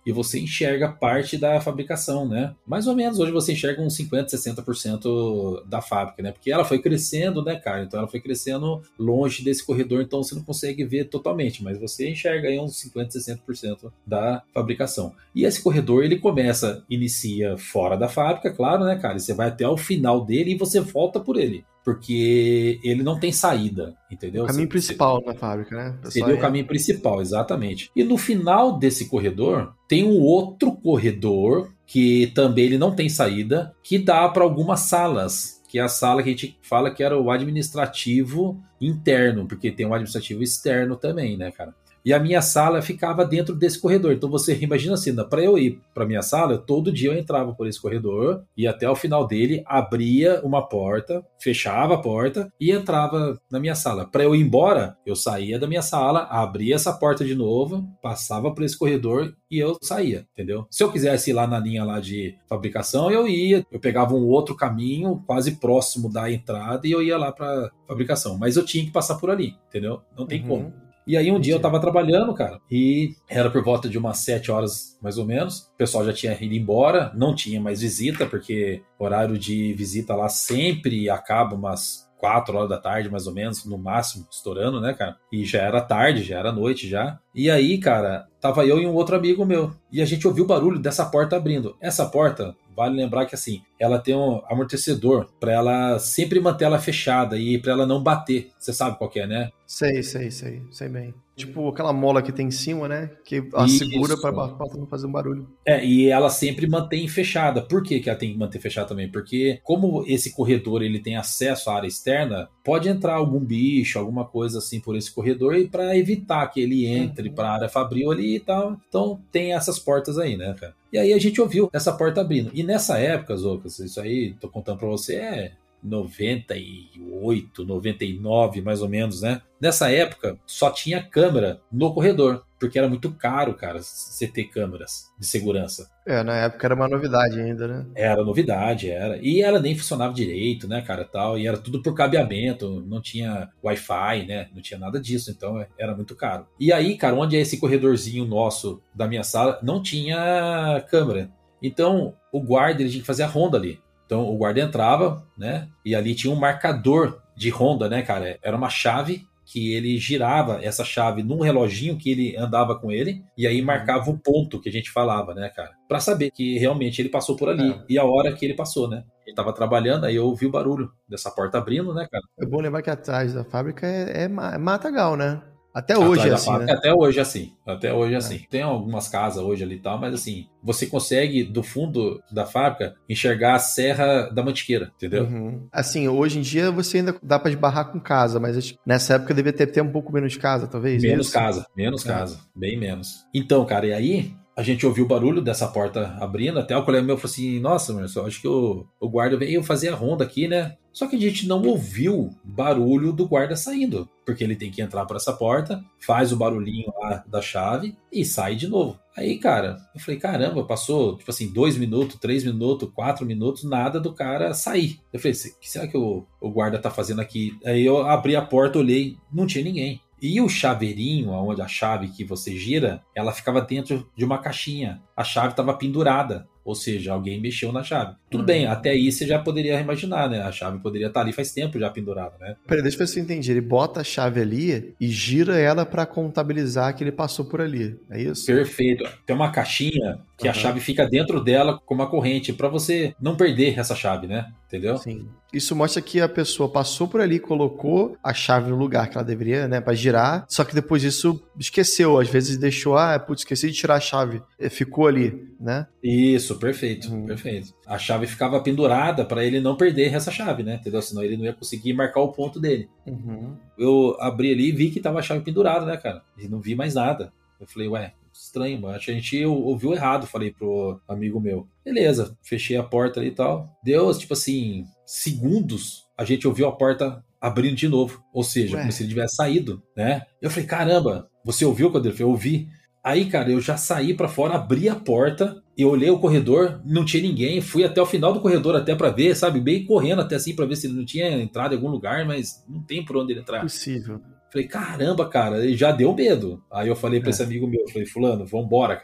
e você enxerga parte da fabricação, né? Mais ou menos hoje você enxerga uns cinquenta, sessenta por cento da fábrica, né? Porque ela foi crescendo, né, cara? Então ela foi crescendo longe desse corredor, então você não consegue ver totalmente, mas você enxerga aí uns cinquenta, sessenta por cento da fabricação. E esse corredor, ele começa, inicia fora da fábrica, claro, né, cara? E você vai até o final dele e você volta por ele. Porque ele não tem saída, entendeu? O caminho Você, principal você, na fábrica, né? Seria o caminho principal, exatamente. E no final desse corredor, tem um outro corredor, que também ele não tem saída, que dá para algumas salas, que é a sala que a gente fala que era o administrativo interno, porque tem um administrativo externo também, né, cara? E a minha sala ficava dentro desse corredor. Então você imagina assim, para eu ir para minha sala, todo dia eu entrava por esse corredor e até o final dele abria uma porta, fechava a porta e entrava na minha sala. Para eu ir embora, eu saía da minha sala, abria essa porta de novo, passava por esse corredor e eu saía, entendeu? Se eu quisesse ir lá na linha lá de fabricação, eu ia, eu pegava um outro caminho quase próximo da entrada e eu ia lá para fabricação. Mas eu tinha que passar por ali, entendeu? Não tem Uhum. como. E aí um Entendi. dia eu tava trabalhando, cara, e era por volta de umas sete horas, mais ou menos. O pessoal já tinha ido embora, não tinha mais visita, porque o horário de visita lá sempre acaba umas quatro horas da tarde, mais ou menos, no máximo, estourando, né, cara? E já era tarde, já era noite já. E aí, cara, tava eu e um outro amigo meu. E a gente ouviu o barulho dessa porta abrindo. Essa porta, vale lembrar que assim, ela tem um amortecedor para ela sempre manter ela fechada e para ela não bater. Você sabe qual que é, né? Sei, sei, sei, sei bem. Tipo aquela mola que tem em cima, né? Que ela segura para a porta não fazer um barulho. É, e ela sempre mantém fechada. Por que que ela tem que manter fechada também? Porque como esse corredor ele tem acesso à área externa, pode entrar algum bicho, alguma coisa assim por esse corredor e para evitar que ele entre uhum. para a área fabril ali e tal. Então tem essas portas aí, né, cara? E aí a gente ouviu essa porta abrindo. E nessa época, Zocas, isso aí, tô contando pra você, é noventa e oito, noventa e nove, mais ou menos, né? Nessa época, só tinha câmera no corredor, porque era muito caro, cara, você ter câmeras de segurança. É, na época era uma novidade ainda, né? Era novidade, era. E ela nem funcionava direito, né, cara, tal. E era tudo por cabeamento, não tinha Wi-Fi, né? Não tinha nada disso, então era muito caro. E aí, cara, onde é esse corredorzinho nosso da minha sala, não tinha câmera. Então, o guarda, ele tinha que fazer a ronda ali. Então, o guarda entrava, né? E ali tinha um marcador de ronda, né, cara? Era uma chave que ele girava essa chave num reloginho que ele andava com ele, e aí marcava o ponto que a gente falava, né, cara? Pra saber que realmente ele passou por ali, é. E a hora que ele passou, né? Ele tava trabalhando, aí eu ouvi o barulho dessa porta abrindo, né, cara? É bom lembrar que atrás da fábrica é, é matagal, né? Até hoje é assim, né? Até hoje é assim, até hoje é assim. Tem algumas casas hoje ali e tal, mas assim, você consegue do fundo da fábrica enxergar a Serra da Mantiqueira, entendeu? Uhum. Assim, hoje em dia você ainda dá pra esbarrar com casa, mas nessa época devia ter, ter um pouco menos casa, talvez? Menos isso? casa, menos é. casa, bem menos. Então, cara, e aí a gente ouviu o barulho dessa porta abrindo, até o colega meu falou assim, nossa, Marcelo, acho que o, o guarda veio fazer a ronda aqui, né? Só que a gente não ouviu barulho do guarda saindo, porque ele tem que entrar por essa porta, faz o barulhinho lá da chave e sai de novo. Aí, cara, eu falei, caramba, passou, tipo assim, dois minutos, três minutos, quatro minutos, nada do cara sair. Eu falei, o que será que o, o guarda tá fazendo aqui? Aí eu abri a porta, olhei, não tinha ninguém. E o chaveirinho, onde a chave que você gira, ela ficava dentro de uma caixinha. A chave estava pendurada, ou seja, alguém mexeu na chave. Tudo hum. bem, até aí você já poderia imaginar, né? A chave poderia estar ali faz tempo já pendurada, né? Peraí, deixa eu ver se eu entendi. Ele bota a chave ali e gira ela para contabilizar que ele passou por ali, é isso? Perfeito. Tem uma caixinha que uhum. a chave fica dentro dela com uma corrente, para você não perder essa chave, né? Entendeu? Sim. Isso mostra que a pessoa passou por ali, colocou a chave no lugar que ela deveria, né, para girar, só que depois disso esqueceu, às vezes deixou, ah, putz, esqueci de tirar a chave, ficou ali, né? Isso, perfeito, uhum. perfeito. A chave ficava pendurada para ele não perder essa chave, né, entendeu? Senão ele não ia conseguir marcar o ponto dele. Uhum. Eu abri ali e vi que tava a chave pendurada, né, cara? E não vi mais nada. Eu falei, ué, estranho, mano. Acho que a gente ouviu errado, falei pro amigo meu. Beleza, fechei a porta ali e tal. Deu, tipo assim, segundos, a gente ouviu a porta abrindo de novo. Ou seja, Ué. como se ele tivesse saído, né? Eu falei, caramba, você ouviu quando ele falou? Eu ouvi. Aí, cara, eu já saí pra fora, abri a porta, eu olhei o corredor, não tinha ninguém, fui até o final do corredor até pra ver, sabe? Bem correndo até assim pra ver se ele não tinha entrado em algum lugar, mas não tem por onde ele entrar. Possível. Falei, caramba, cara, ele já deu medo. Aí eu falei pra é. esse amigo meu, falei, fulano, vambora, cara.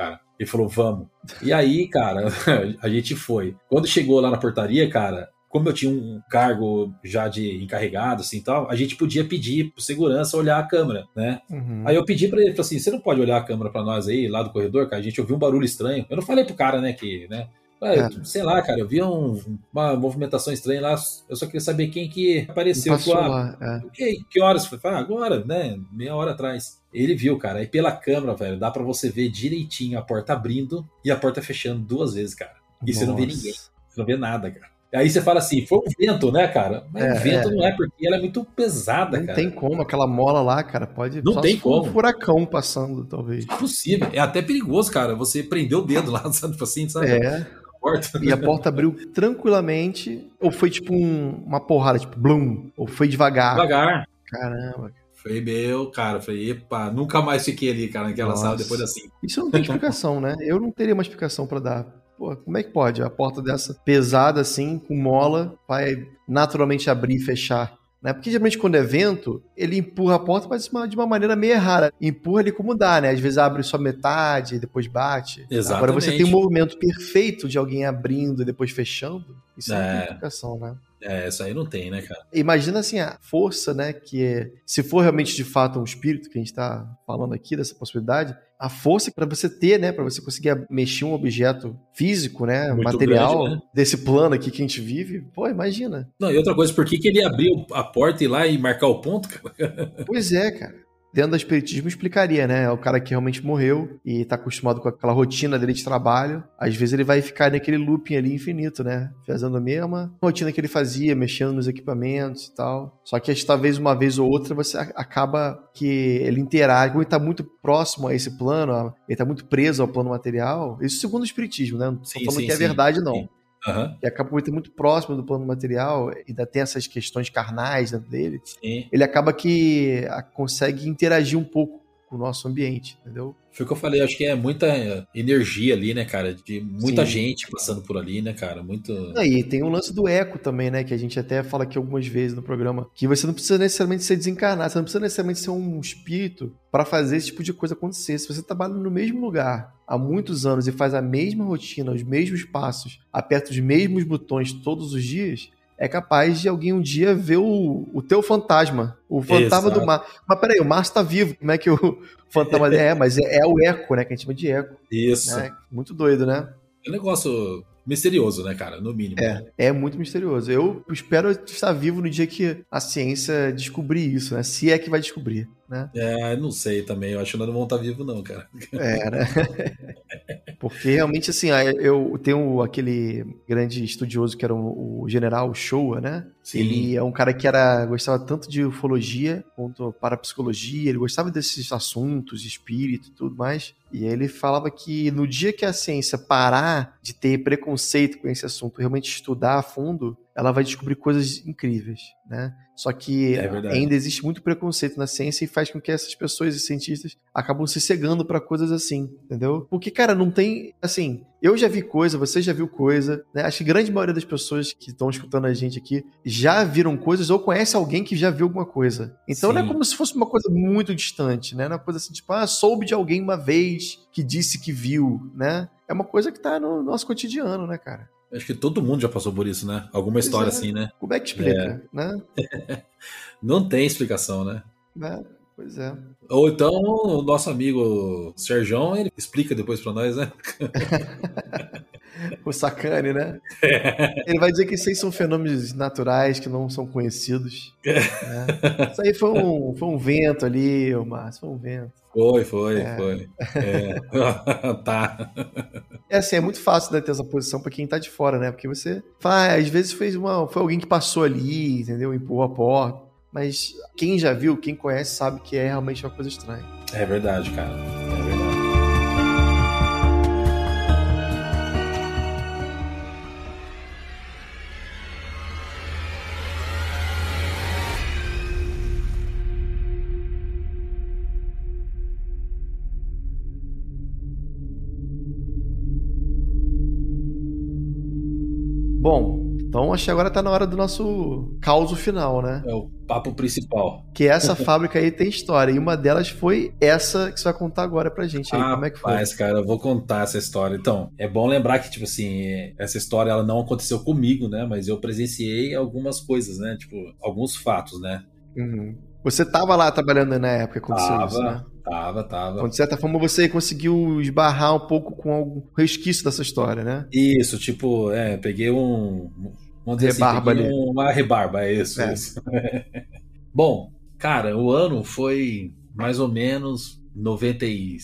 Ele falou, vamos. E aí, cara, a gente foi. Quando chegou lá na portaria, cara, como eu tinha um cargo já de encarregado, assim, tal, a gente podia pedir pro segurança olhar a câmera, né? Uhum. Aí eu pedi pra ele, falei assim, você não pode olhar a câmera pra nós aí, lá do corredor, cara? A gente ouviu um barulho estranho. Eu não falei pro cara, né, que, né? É. Sei lá, cara, eu vi um, uma movimentação estranha lá, eu só queria saber quem que apareceu. Passou falei, lá, ah, é. que, que horas? Eu falei, ah, agora, né, meia hora atrás. Ele viu, cara, aí pela câmera, velho, dá pra você ver direitinho a porta abrindo e a porta fechando duas vezes, cara. E Nossa. você não vê ninguém, você não vê nada, cara. Aí você fala assim, foi um vento, né, cara? Mas É, o vento é. não é, porque ela é muito pesada, Não cara. tem como, aquela mola lá, cara, pode... Não só tem se for como. um furacão passando, talvez. Impossível. É até perigoso, cara, você prender o dedo lá, sabe, assim, sabe? É. Porta. E a porta abriu tranquilamente, ou foi tipo um, uma porrada, tipo, blum, ou foi devagar. Devagar. Caramba. Foi meu, cara. Falei, epa, nunca mais fiquei ali, cara, naquela Nossa. sala depois assim. Isso não tem explicação, né? Eu não teria uma explicação pra dar. Pô, como é que pode? A porta dessa pesada assim, com mola, vai naturalmente abrir e fechar. Né? Porque geralmente quando é vento, ele empurra a porta, mas de uma maneira meio errada. Empurra ali como dá, né? Às vezes abre só metade e depois bate. Exatamente. Agora você tem um movimento perfeito de alguém abrindo e depois fechando. Isso é, não tem É. explicação, né? É, isso aí não tem, né, cara? Imagina assim, a força, né, que é, se for realmente de fato um espírito, que a gente tá falando aqui dessa possibilidade, a força para você ter, né, para você conseguir mexer um objeto físico, né, Muito material, grande, né? desse plano aqui que a gente vive, pô, imagina. Não, e outra coisa, por que, que ele abriu a porta e ir lá e marcar o ponto, cara? Pois é, cara. Dentro do espiritismo explicaria, né? É o cara que realmente morreu e tá acostumado com aquela rotina dele de trabalho. Às vezes ele vai ficar naquele looping ali infinito, né? Fazendo a mesma rotina que ele fazia, mexendo nos equipamentos e tal. Só que talvez uma vez ou outra você acaba que ele interage, como ele tá muito próximo a esse plano, ele tá muito preso ao plano material. Isso segundo o espiritismo, né? Não tô Sim, falando sim, que é sim. verdade, não. Sim. Uhum. E acaba por estar muito próximo do plano material, ainda tem essas questões carnais dentro dele, Sim. ele acaba que consegue interagir um pouco com o nosso ambiente, entendeu? Foi o que eu falei, acho que é muita energia ali, né, cara? De muita Sim. gente passando por ali, né, cara? Muito. E tem o lance do eco também, né? Que a gente até fala aqui algumas vezes no programa. Que você não precisa necessariamente ser desencarnado, você não precisa necessariamente ser um espírito para fazer esse tipo de coisa acontecer. Se você trabalha no mesmo lugar há muitos anos e faz a mesma rotina, os mesmos passos, aperta os mesmos botões todos os dias, é capaz de alguém um dia ver o, o teu fantasma, o fantasma Exato. do mar. Mas peraí, o Márcio tá vivo, como é que o fantasma... é, mas é, é o eco, né, que a gente chama de eco. Isso. Né? Muito doido, né? É um negócio misterioso, né, cara? No mínimo. É, é muito misterioso. Eu espero estar vivo no dia que a ciência descobrir isso, né? Se é que vai descobrir, né? É, não sei também. Eu acho que nós não vamos estar vivos, não, cara. É, né? Porque realmente, assim, eu tenho aquele grande estudioso que era o general Showa, né? Sim. Ele é um cara que era, gostava tanto de ufologia quanto parapsicologia, ele gostava desses assuntos, espírito e tudo mais. E ele falava que no dia que a ciência parar de ter preconceito com esse assunto, realmente estudar a fundo, ela vai descobrir coisas incríveis, né? Só que É verdade. ainda existe muito preconceito na ciência e faz com que essas pessoas e cientistas acabam se cegando pra coisas assim, entendeu? Porque, cara, não tem, assim, eu já vi coisa, você já viu coisa, né? Acho que a grande maioria das pessoas que estão escutando a gente aqui já viram coisas ou conhece alguém que já viu alguma coisa. Então Sim. não é como se fosse uma coisa muito distante, né? Não é uma coisa assim, tipo, ah, soube de alguém uma vez que disse que viu, né? É uma coisa que tá no nosso cotidiano, né, cara? Acho que todo mundo já passou por isso, né? Alguma Pois história é. assim, né? Como é que explica, né? Não tem explicação, né? né? Pois é. Ou então o nosso amigo Serjão, ele explica depois pra nós, né? O Sacane, né? Ele vai dizer que isso aí são fenômenos naturais que não são conhecidos. Né? Isso aí foi um, foi um vento ali, ô Márcio, foi um vento. Foi, foi, É. foi. É. Tá. É assim, é muito fácil, né, ter essa posição pra quem tá de fora, né? Porque você fala, ah, às vezes fez uma, foi alguém que passou ali, entendeu? Empurrou a porta. Mas quem já viu, quem conhece, sabe que é realmente uma coisa estranha. É verdade, cara. É verdade. Bom, Então acho que agora tá na hora do nosso causo final, né? É o papo principal. Que essa fábrica aí tem história. E uma delas foi essa que você vai contar agora pra gente aí. Ah, como é que foi? Mas, cara, eu vou contar essa história. Então, é bom lembrar que, tipo assim, essa história ela não aconteceu comigo, né? Mas eu presenciei algumas coisas, né? Tipo, alguns fatos, né? Uhum. Você tava lá trabalhando na época que aconteceu Tava, isso, né? tava, tava. Então, de certa forma, você conseguiu esbarrar um pouco com algum resquício dessa história, né? Isso, tipo, é, peguei um. Vamos dizer Rebarba assim, peguei ali. uma rebarba, é isso, É. isso. Bom, cara, o ano foi mais ou menos noventa e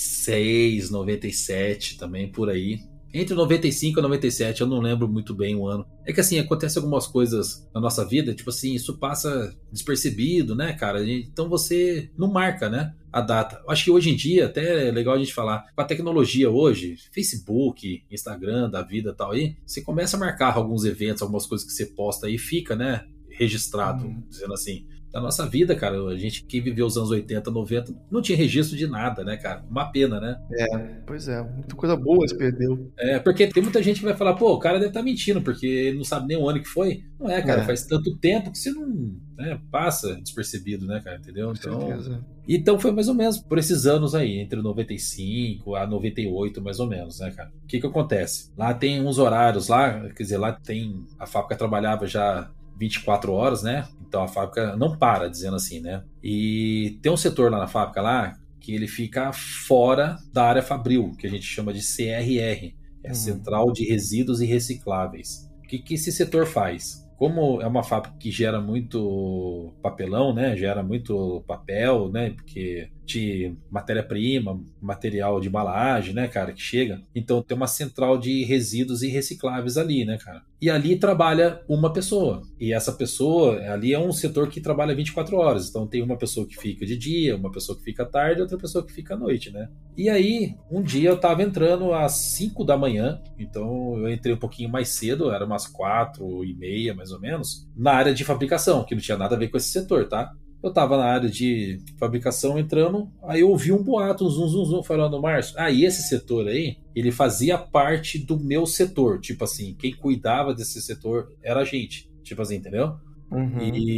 seis, noventa e sete também, por aí. Entre noventa e cinco e noventa e sete, eu não lembro muito bem o ano. É que assim, acontece algumas coisas na nossa vida, tipo assim, isso passa despercebido, né, cara? Então você não marca, né, a data. Acho que hoje em dia, até é legal a gente falar, com a tecnologia hoje, Facebook, Instagram, da vida e tal aí, você começa a marcar alguns eventos, algumas coisas que você posta aí, fica, né, registrado, Uhum. dizendo assim. Da nossa vida, cara, a gente que viveu os anos oitenta, noventa, não tinha registro de nada, né, cara? Uma pena, né? É, pois é. Muita coisa boa se perdeu. É, porque tem muita gente que vai falar, pô, o cara deve estar mentindo, porque ele não sabe nem o ano que foi. Não é, cara, É. faz tanto tempo que você não, né, passa despercebido, né, cara, entendeu? Com Então, certeza. então foi mais ou menos por esses anos aí, entre noventa e cinco a noventa e oito, mais ou menos, né, cara? O que que acontece? Lá tem uns horários lá, quer dizer, lá tem, a fábrica trabalhava já vinte e quatro horas, né? Então a fábrica não para, dizendo assim, né? E tem um setor lá na fábrica lá que ele fica fora da área fabril, que a gente chama de C R R, é a Uhum. Central de Resíduos e Recicláveis. O que, que esse setor faz? Como é uma fábrica que gera muito papelão, né? Gera muito papel, né? Porque de matéria-prima, material de embalagem, né, cara, que chega. Então tem uma central de resíduos e recicláveis ali, né, cara? E ali trabalha uma pessoa. E essa pessoa, ali é um setor que trabalha vinte e quatro horas. Então tem uma pessoa que fica de dia, uma pessoa que fica à tarde e outra pessoa que fica à noite, né? E aí, um dia eu tava entrando às cinco da manhã, então eu entrei um pouquinho mais cedo, era umas quatro e meia, mais ou menos, na área de fabricação, que não tinha nada a ver com esse setor, tá? Eu tava na área de fabricação entrando, aí eu ouvi um boato, um zum, zum, zum, falando, Márcio, ah, e esse setor aí, ele fazia parte do meu setor, tipo assim, quem cuidava desse setor era a gente, tipo assim, entendeu? Uhum.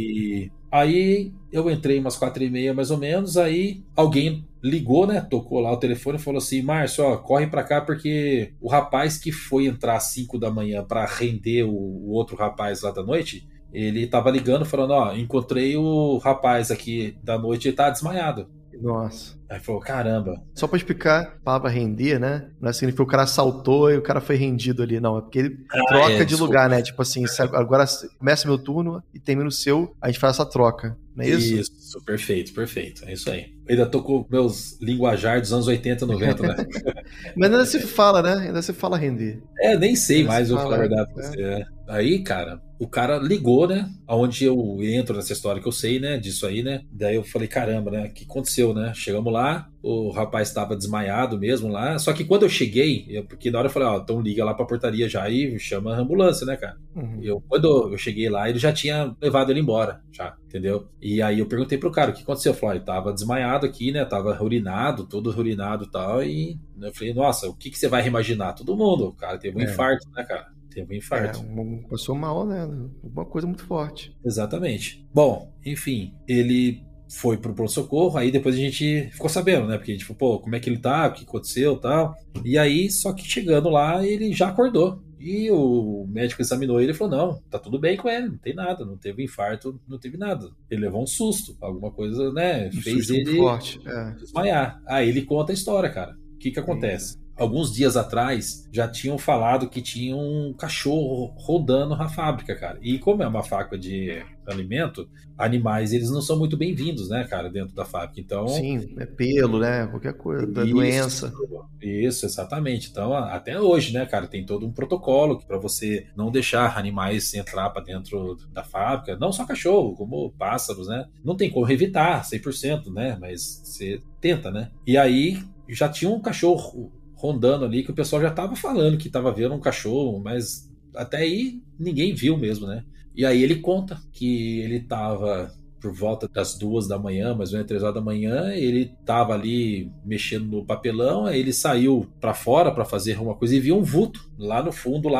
E aí eu entrei umas quatro e meia mais ou menos, aí alguém ligou, né, tocou lá o telefone e falou assim, Márcio, ó, corre pra cá porque o rapaz que foi entrar às cinco da manhã pra render o, o outro rapaz lá da noite, ele tava ligando falando, ó, encontrei o rapaz aqui da noite, ele tá desmaiado. Nossa. Aí falou, caramba. Só pra explicar, a palavra render, né? Não é significa que o cara saltou e o cara foi rendido ali, não. É porque ele Ah, troca é, de desculpa. lugar, né? Tipo assim, se agora começa meu turno e termina o seu, a gente faz essa troca. Não é isso? Isso, perfeito, perfeito. É isso aí. Eu ainda tô com meus linguajar dos anos oitenta, noventa, né? Mas ainda se fala, né? Ainda se fala render. É, nem sei Ainda mais, se vou falar a fala, verdade pra é. você. É. Aí, cara, o cara ligou, né? Aonde eu entro nessa história que eu sei, né? Disso aí, né? Daí eu falei, caramba, né? O que aconteceu, né? Chegamos lá, o rapaz estava desmaiado mesmo lá. Só que quando eu cheguei, eu, porque na hora eu falei, ó, então liga lá pra portaria já e chama a ambulância, né, cara? Uhum. Eu, quando eu cheguei lá, ele já tinha levado ele embora, já, entendeu? E aí eu perguntei pro cara, o que aconteceu? Eu falei, ele tava desmaiado aqui, né? Tava urinado, todo urinado e tal. E eu falei, nossa, o que, que você vai reimaginar? Todo mundo, o cara teve um É. infarto, né, cara? Teve um infarto. É, uma pessoa mal, né? Uma coisa muito forte. Exatamente. Bom, enfim, ele foi pro pronto-socorro, aí depois a gente ficou sabendo, né? Porque a gente falou, pô, como é que ele tá, o que aconteceu e tal. E aí, só que chegando lá, ele já acordou. E o médico examinou ele e falou, não, tá tudo bem com ele, não tem nada, não teve infarto, não teve nada. Ele levou um susto, alguma coisa, né? Um Fez susto muito ele forte. É. desmaiar. Aí ele conta a história, cara. O que que acontece? Alguns dias atrás já tinham falado que tinha um cachorro rodando na fábrica, cara. E como é uma fábrica de alimento, animais eles não são muito bem-vindos, né, cara, dentro da fábrica. Então, Sim, é pelo, né? Qualquer coisa, da isso, doença. Isso, exatamente. Então, até hoje, né, cara, tem todo um protocolo para você não deixar animais entrar para dentro da fábrica, não só cachorro, como pássaros, né? Não tem como evitar cem por cento, né? Mas você tenta, né? E aí já tinha um cachorro rondando ali que o pessoal já tava falando que tava vendo um cachorro, mas até aí ninguém viu mesmo, né? E aí ele conta que ele tava por volta das duas da manhã, mais ou menos três horas da manhã, ele tava ali mexendo no papelão, aí ele saiu para fora para fazer alguma coisa e viu um vulto lá no fundo lá,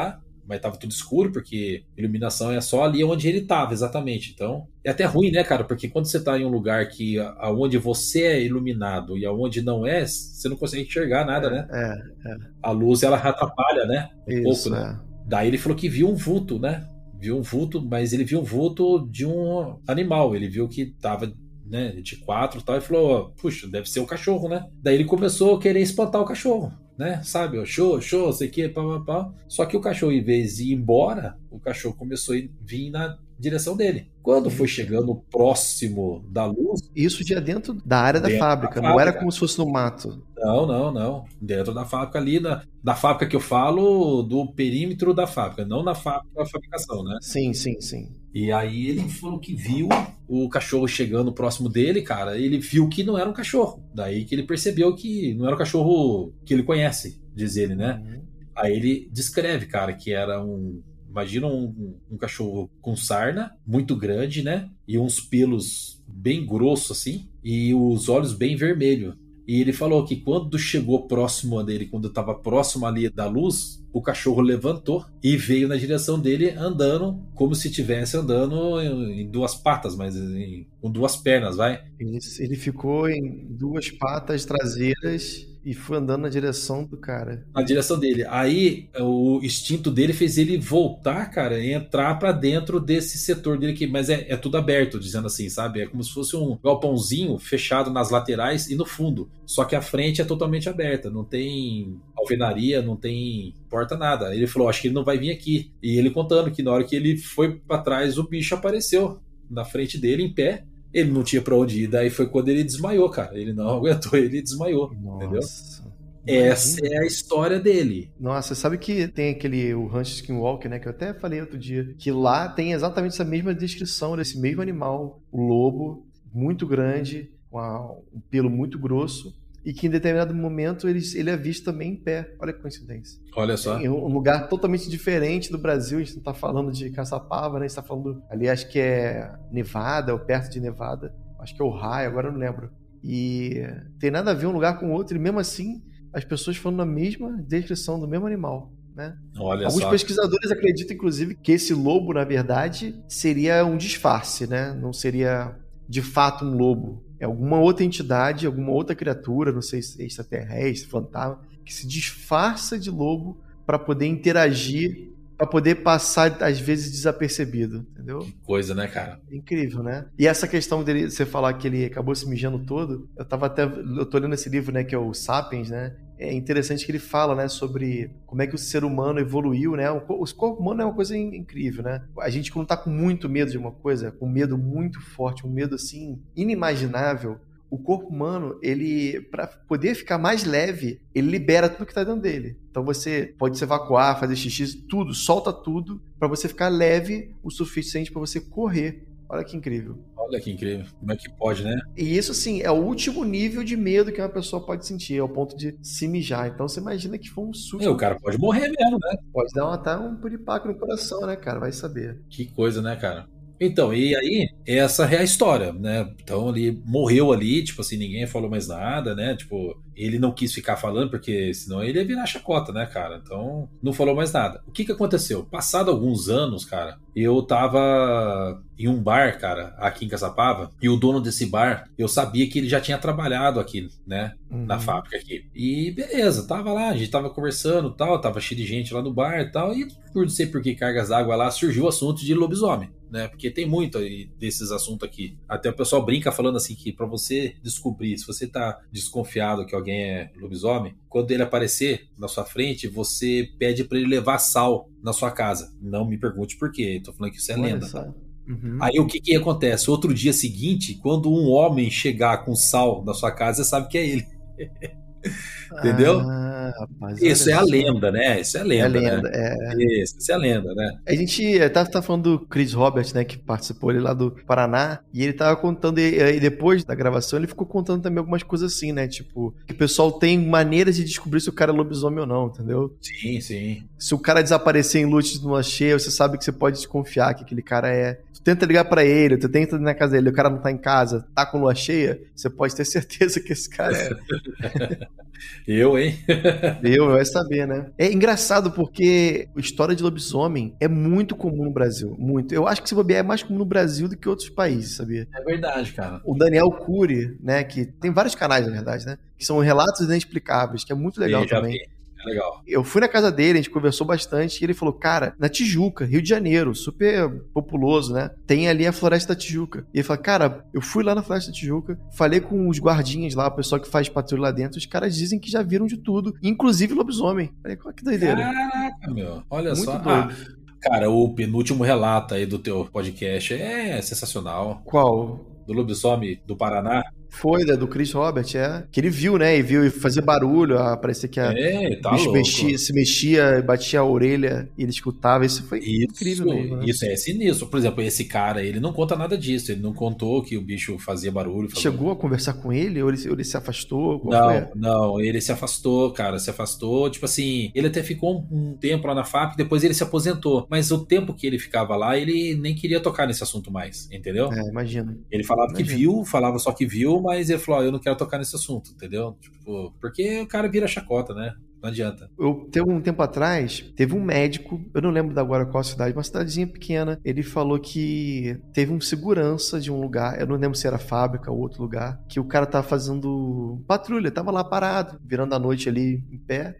mas tava tudo escuro, porque iluminação é só ali onde ele tava, exatamente. Então, é até ruim, né, cara? Porque quando você tá em um lugar que aonde você é iluminado e aonde não é, você não consegue enxergar nada, é, né? É, é. A luz, ela atrapalha, né? Um Isso, pouco, né? é. Daí ele falou que viu um vulto, né? Viu um vulto, mas ele viu um vulto de um animal. Ele viu que tava, né, de quatro e tal, e falou, puxa, deve ser o cachorro, né? Daí ele começou a querer espantar o cachorro, né? Sabe, ó, show, show, sei que, pá, pá, pá. Só que o cachorro, em vez de ir embora, o cachorro começou a vir na direção dele. Quando foi chegando próximo da luz... Isso já dentro da área da dentro fábrica, da não era fábrica. como se fosse no mato. Não, não, não. Dentro da fábrica ali, na, da fábrica que eu falo, do perímetro da fábrica, não na fábrica da fabricação, né? Sim, sim, sim. E aí ele falou que viu o cachorro chegando próximo dele, cara, ele viu que não era um cachorro. Daí que ele percebeu que não era um cachorro que ele conhece, diz ele, né? Uhum. Aí ele descreve, cara, que era um... Imagina um, um cachorro com sarna, muito grande, né? E uns pelos bem grossos, assim, e os olhos bem vermelhos. E ele falou que quando chegou próximo dele, quando estava próximo ali da luz, o cachorro levantou e veio na direção dele andando como se estivesse andando em duas patas, mas em, com duas pernas, vai. Ele, ele ficou em duas patas traseiras e foi andando na direção do cara. Na direção dele. Aí o instinto dele fez ele voltar, cara, e entrar pra dentro desse setor dele aqui. Mas é, é tudo aberto, dizendo assim, sabe? É como se fosse um galpãozinho fechado nas laterais e no fundo. Só que a frente é totalmente aberta. Não tem alvenaria, não tem porta, nada. Ele falou, acho que ele não vai vir aqui. E ele contando que na hora que ele foi pra trás, o bicho apareceu na frente dele, em pé. Ele não tinha pra onde ir, daí foi quando ele desmaiou, cara. Ele não aguentou, ele desmaiou. Nossa. Entendeu? Essa é a história dele. Nossa, sabe que tem aquele, o Rancho Skinwalker, né, que eu até falei outro dia, que lá tem exatamente essa mesma descrição desse mesmo animal, o lobo, muito grande, com a, um pelo muito grosso, e que em determinado momento ele, ele é visto também em pé. Olha que coincidência. Olha só. Em um lugar totalmente diferente do Brasil, a gente não está falando de Caçapava, né? A gente está falando ali, acho que é Nevada, ou perto de Nevada. Acho que é Ohio, agora eu não lembro. E tem nada a ver um lugar com o outro, e mesmo assim, as pessoas falam na mesma descrição do mesmo animal, né? Olha Alguns só. pesquisadores acreditam, inclusive, que esse lobo, na verdade, seria um disfarce, né? Não seria, de fato, um lobo. É alguma outra entidade, alguma outra criatura, não sei se é extraterrestre, fantasma, que se disfarça de lobo para poder interagir, para poder passar, às vezes, desapercebido, entendeu? Que coisa, né, cara? Incrível, né? E essa questão dele, você falar que ele acabou se mijando todo, eu tava até, eu tô lendo esse livro, né, que é o Sapiens, né? É interessante que ele fala, né, sobre como é que o ser humano evoluiu, né? O corpo humano é uma coisa incrível, né? A gente, quando tá com muito medo de uma coisa, com medo muito forte, um medo, assim, inimaginável, o corpo humano, ele, para poder ficar mais leve, ele libera tudo que tá dentro dele. Então você pode se evacuar, fazer xixi, tudo, solta tudo, para você ficar leve o suficiente para você correr. Olha que incrível. Olha que incrível. Como é que pode, né? E isso, assim, é o último nível de medo que uma pessoa pode sentir, ao ponto de se mijar. Então você imagina que foi um susto. E o cara pode morrer mesmo, né? Pode dar um, até um piripaque no coração, né, cara? Vai saber. Que coisa, né, cara? Então, e aí, essa é a história, né? Então ele morreu ali, tipo assim, ninguém falou mais nada, né? Tipo, ele não quis ficar falando, porque senão ele ia virar chacota, né, cara? Então, não falou mais nada. O que que aconteceu? Passado alguns anos, cara, eu tava em um bar, cara, aqui em Caçapava, e o dono desse bar, eu sabia que ele já tinha trabalhado aqui, né? Uhum. Na fábrica aqui. E beleza, tava lá, a gente tava conversando e tal, tava cheio de gente lá no bar e tal, e por não sei por que cargas d'água lá, surgiu o assunto de lobisomem, né? Porque tem muito aí desses assuntos aqui. Até o pessoal brinca falando assim que pra você descobrir, se você tá desconfiado que alguém é lobisomem, quando ele aparecer na sua frente, você pede pra ele levar sal na sua casa. Não me pergunte por quê, tô falando que isso é Olha lenda, só. tá? Uhum. Aí o que que acontece? Outro dia seguinte, quando um homem chegar com sal na sua casa, você sabe que é ele. Entendeu? Ah, rapaz, Isso é olha a só. lenda, né? Isso é lenda, É lenda, né? é. Isso, isso é a lenda, né? A gente tá, tá falando do Chris Roberts, né, que participou ele lá do Paraná, e ele tava contando, e, e depois da gravação, ele ficou contando também algumas coisas assim, né, tipo, que o pessoal tem maneiras de descobrir se o cara é lobisomem ou não, entendeu? Sim, sim. Se o cara desaparecer em lute de lua cheia, você sabe que você pode desconfiar que aquele cara é... Tu tenta ligar pra ele, tu tenta ir na casa dele, o cara não tá em casa, tá com lua cheia, você pode ter certeza que esse cara é... Eu, hein? Eu, vai saber, né? É engraçado porque a história de lobisomem é muito comum no Brasil. Muito. Eu acho que se bobear é mais comum no Brasil do que outros países, sabia? É verdade, cara. O Daniel Cury, né? Que tem vários canais, na verdade, né? Que são relatos inexplicáveis, que é muito legal Sim, já também. vi. É legal. Eu fui na casa dele, a gente conversou bastante, e ele falou, cara, na Tijuca, Rio de Janeiro, super populoso, né? Tem ali a Floresta da Tijuca. E ele falou, cara, eu fui lá na Floresta da Tijuca, falei com os guardinhas lá, o pessoal que faz patrulha lá dentro, os caras dizem que já viram de tudo, inclusive lobisomem. Falei, que doideira. Caraca, meu. Olha Muito só. doido. Ah, cara, o penúltimo relato aí do teu podcast é sensacional. Qual? Do lobisomem do Paraná. Foi, da do Chris Robert, é. Que ele viu, né? E viu e fazia barulho, ah, parecia que a, É, tá o bicho louco. mexia, se mexia, batia a orelha e ele escutava. Isso foi Isso, incrível mesmo, né? isso é sinistro. Por exemplo, esse cara, ele não conta nada disso. Ele não contou que o bicho fazia barulho. Fazia... Chegou a conversar com ele ou ele, ou ele se afastou? Qual Não, foi? não, ele se afastou, cara, se afastou. Tipo assim, ele até ficou um, um tempo lá na F A P, depois ele se aposentou. Mas o tempo que ele ficava lá, ele nem queria tocar nesse assunto mais, entendeu? É, imagina. Ele falava Imagina. que viu, falava só que viu, mas ele falou, ó, eu não quero tocar nesse assunto, entendeu? Tipo, porque o cara vira chacota, né? Não adianta. Eu, teve um tempo atrás, teve um médico, eu não lembro agora qual cidade, uma cidadezinha pequena, ele falou que teve um segurança de um lugar, eu não lembro se era fábrica ou outro lugar, que o cara tava fazendo patrulha, tava lá parado, virando a noite ali em pé,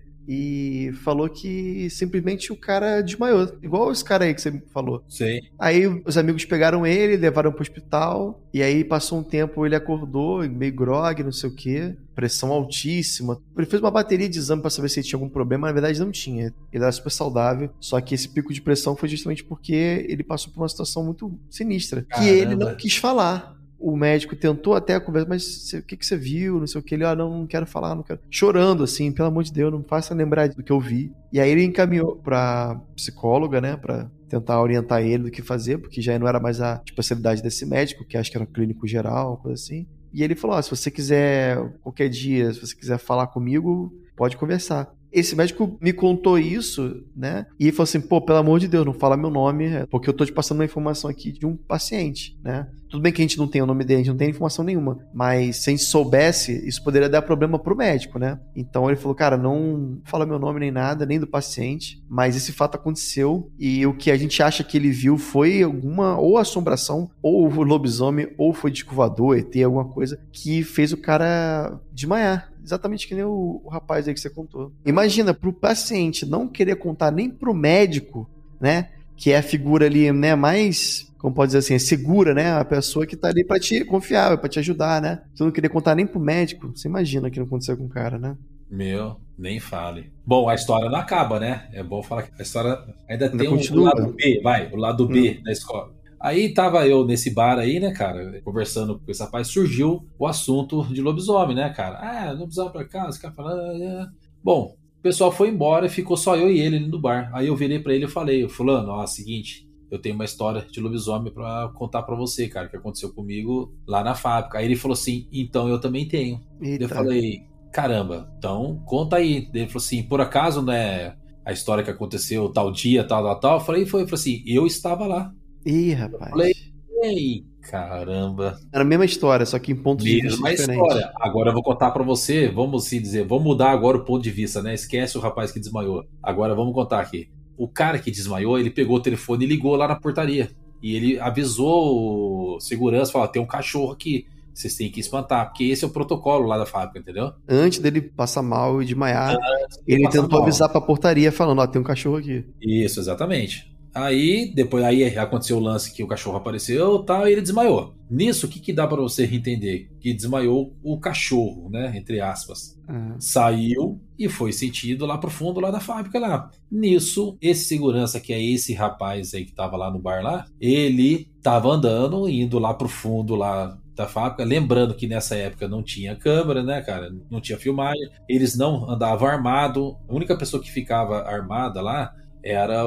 e falou que simplesmente o cara desmaiou, igual esse cara aí que você falou. Sei. Aí os amigos pegaram ele, levaram pro hospital, e aí passou um tempo, ele acordou, meio grogue, não sei o quê, pressão altíssima. Ele fez uma bateria de exame pra saber se ele tinha algum problema, mas na verdade não tinha. Ele era super saudável, só que esse pico de pressão foi justamente porque ele passou por uma situação muito sinistra, Caramba. que ele não quis falar. O médico tentou até a conversa, mas cê, o que, que você viu? Não sei o que. Ele, ah, não, não quero falar, não quero. Chorando, assim, pelo amor de Deus, não faça lembrar do que eu vi. E aí ele encaminhou pra psicóloga, né, pra tentar orientar ele do que fazer, porque já não era mais a especialidade desse médico, que acho que era um clínico geral, uma coisa assim. E ele falou, ah, se você quiser, qualquer dia, se você quiser falar comigo, pode conversar. Esse médico me contou isso, né? E ele falou assim, pô, pelo amor de Deus, não fala meu nome, porque eu tô te passando uma informação aqui de um paciente, né? Tudo bem que a gente não tem o nome dele, a gente não tem informação nenhuma, mas se a gente soubesse, isso poderia dar problema pro médico, né? Então ele falou, cara, não fala meu nome nem nada, nem do paciente, mas esse fato aconteceu e o que a gente acha que ele viu foi alguma, ou assombração, ou lobisomem, ou foi disco voador, E T, alguma coisa, que fez o cara desmaiar. Exatamente que nem o, o rapaz aí que você contou. Imagina, pro paciente não querer contar nem pro médico, né? Que é a figura ali, né, mais, como pode dizer assim, é segura, né? A pessoa que tá ali pra te confiar, pra te ajudar, né? Você não querer contar nem pro médico, você imagina o que não aconteceu com o cara, né? Meu, nem fale. Bom, a história não acaba, né? É bom falar que a história ainda, ainda tem continua. o lado B, vai, o lado B Hum. da escola. Aí tava eu nesse bar aí, né, cara, conversando com esse rapaz, surgiu o assunto de lobisomem, né, cara? Ah, lobisomem pra cá, os caras falando... Ah, bom, o pessoal foi embora e ficou só eu e ele no bar. Aí eu virei pra ele e falei, fulano, ó, seguinte, eu tenho uma história de lobisomem pra contar pra você, cara, que aconteceu comigo lá na fábrica. Aí ele falou assim, então eu também tenho. Eita. Eu falei, caramba, então conta aí. Ele falou assim, por acaso, né, a história que aconteceu tal dia, tal, tal, tal. Eu falei, foi, eu falei assim, eu estava lá. Ih, rapaz. Falei, ei, caramba. Era a mesma história, só que em pontos de vista Mesma diferentes. história. Agora eu vou contar pra você, vamos se dizer, vamos mudar agora o ponto de vista, né? Esquece o rapaz que desmaiou. Agora vamos contar aqui. O cara que desmaiou, ele pegou o telefone e ligou lá na portaria. E ele avisou o segurança, falou, tem um cachorro aqui, vocês têm que espantar, porque esse é o protocolo lá da fábrica, entendeu? Antes dele passar mal e desmaiar, ele passar tentou mal. avisar pra portaria falando, ó, tem um cachorro aqui. Isso, exatamente. Aí, depois aí aconteceu o lance que o cachorro apareceu e tal, e ele desmaiou. Nisso, o que, que dá pra você entender? Que desmaiou o cachorro, né? Entre aspas. Ah. Saiu e foi sentido lá pro fundo lá da fábrica lá. Nisso, esse segurança, que é esse rapaz aí que tava lá no bar lá, ele tava andando, indo lá pro fundo lá da fábrica, lembrando que nessa época não tinha câmera, né, cara? Não tinha filmagem, eles não andavam armados. A única pessoa que ficava armada lá era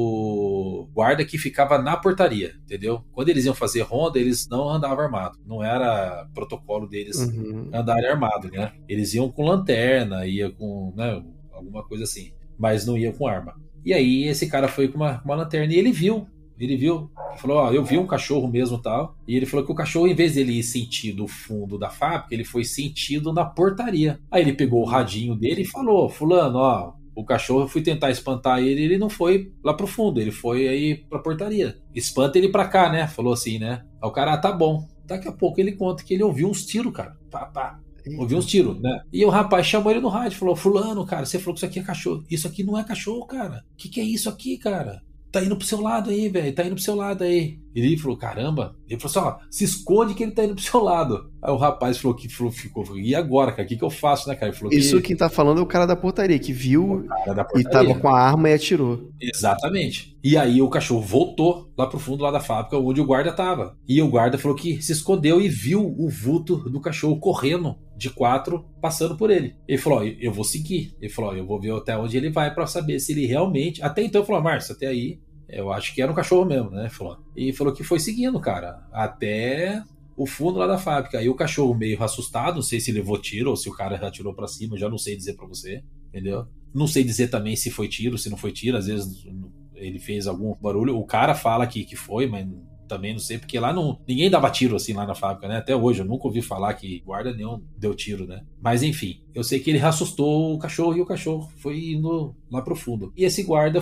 o guarda que ficava na portaria, entendeu? Quando eles iam fazer ronda, eles não andavam armados. Não era protocolo deles Uhum. andarem armados, né? Eles iam com lanterna, ia com, né, alguma coisa assim, mas não iam com arma. E aí esse cara foi com uma, uma lanterna e ele viu Ele viu, ele falou, ó, eu vi um cachorro mesmo e tal. E ele falou que o cachorro, em vez dele ir sentido o fundo da fábrica, ele foi sentido na portaria. Aí ele pegou o radinho dele e falou, fulano, ó, o cachorro, eu fui tentar espantar ele, ele não foi lá pro fundo, ele foi aí pra portaria. Espanta ele pra cá, né? Falou assim, né? Aí o cara, ah, tá bom. Daqui a pouco ele conta que ele ouviu uns tiros, cara. Pá, pá. Ouviu uns tiros, né? E o rapaz chamou ele no rádio, falou, fulano, cara, você falou que isso aqui é cachorro. Isso aqui não é cachorro, cara. O que, que é isso aqui, cara? Tá indo pro seu lado aí, velho. Tá indo pro seu lado aí. Ele falou, caramba. Ele falou assim, ó, se esconde que ele tá indo pro seu lado. Aí o rapaz falou que falou, ficou, e agora, cara? O que, que eu faço, né, cara? Ele falou Isso que... quem tá falando é o cara da portaria, que viu e tava com a arma e atirou. Exatamente. E aí o cachorro voltou lá pro fundo lá da fábrica, onde o guarda tava. E o guarda falou que se escondeu e viu o vulto do cachorro correndo de quatro, passando por ele. Ele falou, ó, eu vou seguir. Ele falou, ó, eu vou ver até onde ele vai pra saber se ele realmente... Até então ele falou, Márcio, até aí eu acho que era um cachorro mesmo, né? Falou. E falou que foi seguindo, cara, até o fundo lá da fábrica. Aí o cachorro meio assustado, não sei se levou tiro ou se o cara atirou pra cima, já não sei dizer pra você, entendeu? Não sei dizer também se foi tiro, se não foi tiro, às vezes ele fez algum barulho. O cara fala que, que foi, mas também não sei, porque lá não, ninguém dava tiro assim lá na fábrica, né? Até hoje eu nunca ouvi falar que guarda nenhum deu tiro, né? Mas enfim, eu sei que ele assustou o cachorro e o cachorro foi indo lá pro fundo. E esse guarda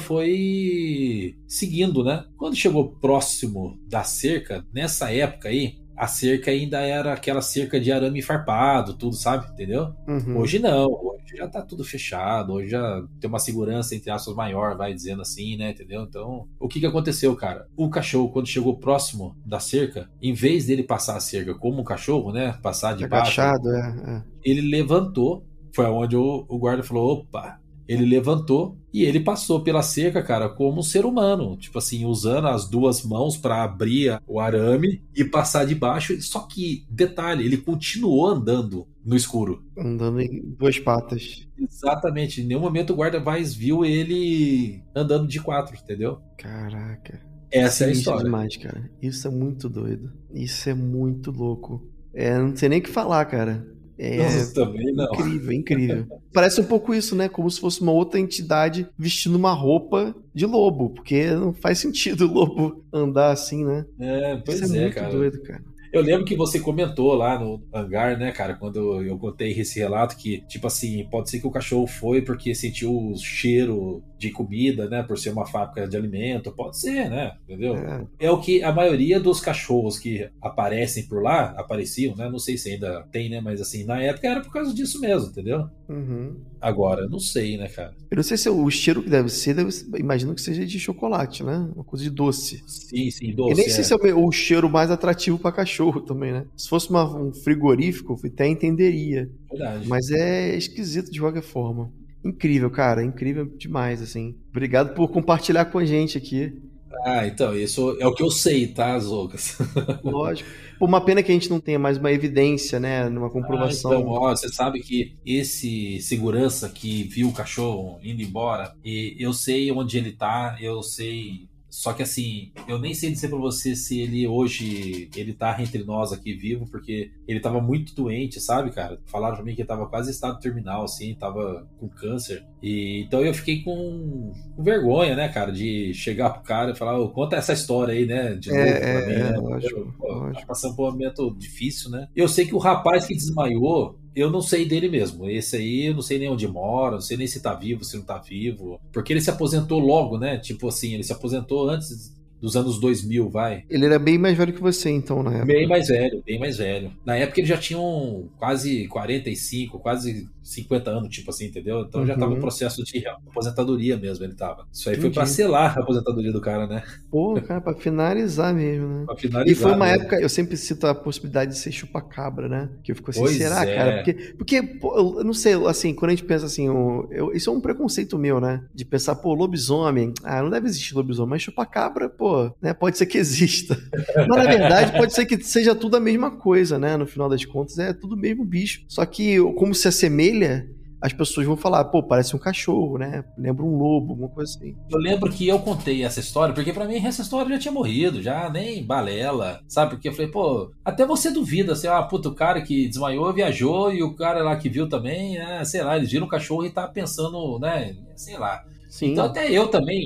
foi seguindo, né? Quando chegou próximo da cerca, nessa época aí, a cerca ainda era aquela cerca de arame farpado, tudo, sabe? Entendeu? Uhum. Hoje não, hoje já tá tudo fechado, hoje já tem uma segurança, entre aspas, maior, vai dizendo assim, né? Entendeu? Então, o que que aconteceu, cara? O cachorro, quando chegou próximo da cerca, em vez dele passar a cerca como um cachorro, né? Passar de baixo, agachado, é, é. Ele levantou, foi onde o, o guarda falou, opa... Ele levantou e ele passou pela cerca, cara, como um ser humano. Tipo assim, usando as duas mãos para abrir o arame e passar de baixo. Só que, detalhe, ele continuou andando no escuro. Andando em duas patas. Exatamente. Em nenhum momento o guarda mais viu ele andando de quatro, entendeu? Caraca. Essa Sinistro é a história. Demais, cara. Isso é muito doido. Isso é muito louco. É, não sei nem o que falar, cara. É Nossa, também não. Incrível, incrível. Parece um pouco isso, né? Como se fosse uma outra entidade vestindo uma roupa de lobo, porque não faz sentido o lobo andar assim, né? É, pois isso é, é, muito cara. doido, cara. Eu lembro que você comentou lá no hangar, né, cara, quando eu contei esse relato que, tipo assim, pode ser que o cachorro foi porque sentiu o cheiro de comida, né, por ser uma fábrica de alimento, pode ser, né, entendeu? É. é o que a maioria dos cachorros que aparecem por lá, apareciam, né, não sei se ainda tem, né, mas assim, na época era por causa disso mesmo, entendeu? Uhum. Agora, não sei, né, cara. Eu não sei se o cheiro que deve ser, deve, imagino que seja de chocolate, né, uma coisa de doce. Sim, sim, doce. Eu nem é. sei se é o cheiro mais atrativo para cachorro também, né? Se fosse uma, um frigorífico, eu até entenderia. Verdade. Mas é esquisito de qualquer forma. Incrível, cara. Incrível demais, assim. Obrigado por compartilhar com a gente aqui. Ah, então, isso é o que eu sei, tá, Zoucas? Lógico. Pô, uma pena que a gente não tenha mais uma evidência, né? Numa comprovação. Ah, então, ó, você sabe que esse segurança que viu o cachorro indo embora, e eu sei onde ele tá, eu sei... Só que assim, eu nem sei dizer pra você se ele hoje, ele tá entre nós aqui vivo, porque ele tava muito doente, sabe, cara? Falaram pra mim que ele tava quase em estado terminal, assim, tava com câncer. E então eu fiquei com, com vergonha, né, cara, de chegar pro cara e falar, oh, conta essa história aí, né, de novo é, pra mim, é, né? Lógico, Pô, lógico. tá passando por um momento difícil, né? Eu sei que o rapaz que desmaiou, eu não sei dele mesmo. Esse aí eu não sei nem onde mora, não sei nem se tá vivo, se não tá vivo. Porque ele se aposentou logo, né? Tipo assim, ele se aposentou antes dos anos dois mil, vai. Ele era bem mais velho que você, então, na época. Bem mais velho, bem mais velho. Na época ele já tinha um, quase quarenta e cinco, quase cinquenta anos, tipo assim, entendeu? Então uhum. já tava no processo de aposentadoria mesmo, ele tava. Isso aí Entendi. Foi pra selar a aposentadoria do cara, né? Pô, cara, pra finalizar mesmo, né? Pra finalizar. E foi uma mesmo. época, eu sempre cito a possibilidade de ser chupa-cabra, né? Que eu fico assim, pois será, é. cara? Porque, porque pô, eu não sei, assim, quando a gente pensa assim, eu, eu, isso é um preconceito meu, né? De pensar, pô, lobisomem, ah, não deve existir lobisomem, mas chupa-cabra, pô, né? Pode ser que exista. Mas na verdade pode ser que seja tudo a mesma coisa, né? No final das contas é tudo o mesmo bicho. Só que como se assemelha, as pessoas vão falar, pô, parece um cachorro, né? Lembra um lobo, alguma coisa assim. Eu lembro que eu contei essa história, porque pra mim essa história já tinha morrido, já nem balela, sabe? Porque eu falei, pô, até você duvida, assim, ah, puta, o cara que desmaiou viajou e o cara lá que viu também, né? Sei lá, eles viram um cachorro e tá pensando, né? Sei lá. Sim. Então até eu também...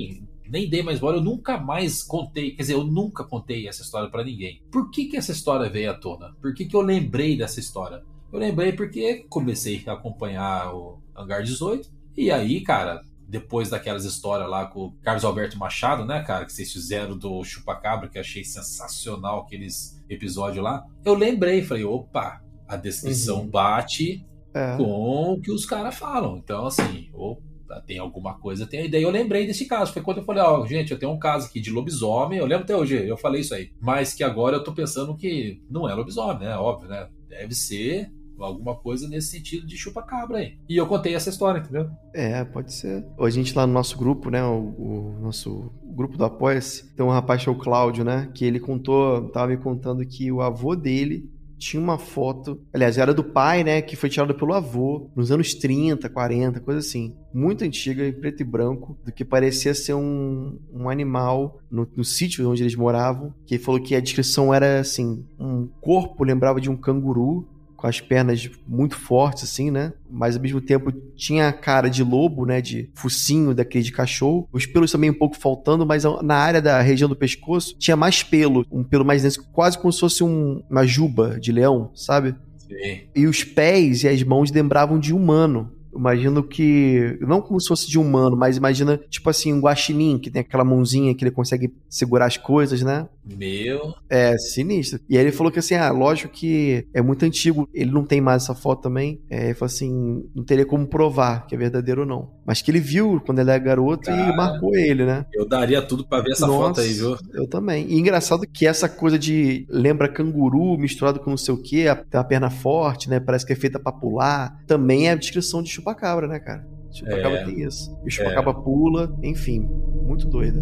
nem dei mais bola, eu nunca mais contei, quer dizer, eu nunca contei essa história pra ninguém. Por que que essa história veio à tona? Por que que eu lembrei dessa história? Eu lembrei porque comecei a acompanhar o Hangar dezoito, e aí, cara, depois daquelas histórias lá com o Carlos Alberto Machado, né, cara, que vocês fizeram do Chupacabra, que eu achei sensacional aqueles episódios lá, eu lembrei, falei, opa, a descrição uhum. bate é. com o que os caras falam. Então, assim, opa, tem alguma coisa, tem. E daí eu lembrei desse caso. Foi quando eu falei, ó, oh, gente, eu tenho um caso aqui de lobisomem, eu lembro até hoje, eu falei isso aí. Mas que agora eu tô pensando que não é lobisomem, né? Óbvio, né? Deve ser alguma coisa nesse sentido de chupa-cabra aí. E eu contei essa história, entendeu? É, pode ser. A gente lá no nosso grupo, né, o, o nosso grupo do Apoia-se, tem um rapaz que é o Cláudio, né, que ele contou, tava me contando que o avô dele tinha uma foto, aliás, era do pai, né, que foi tirada pelo avô nos anos trinta, quarenta, coisa assim, muito antiga, em preto e branco, do que parecia ser um, um animal no, no sítio onde eles moravam, que ele falou que a descrição era, assim, um corpo lembrava de um canguru, com as pernas muito fortes, assim, né? Mas, ao mesmo tempo, tinha a cara de lobo, né? De focinho daquele de cachorro. Os pelos também um pouco faltando, mas na área da região do pescoço tinha mais pelo. Um pelo mais denso, quase como se fosse um, uma juba de leão, sabe? Sim. E os pés e as mãos lembravam de humano. Imagino que, não como se fosse de humano, mas imagina, tipo assim, um guaxinim, que tem aquela mãozinha que ele consegue segurar as coisas, né? Meu... É, sinistro. E aí ele falou que assim, ah, lógico que é muito antigo, ele não tem mais essa foto também. É, ele falou assim, não teria como provar que é verdadeiro ou não. Mas que ele viu quando ele era garoto. Cara, e marcou ele, né? Eu daria tudo pra ver essa Nossa, foto aí, viu? Eu também. E engraçado que essa coisa de lembra canguru misturado com não sei o que, tem uma perna forte, né? Parece que é feita pra pular. Também é a descrição de chupacabra, né, cara? Chupacabra é, tem isso. E o chupacabra é. pula, enfim, muito doido.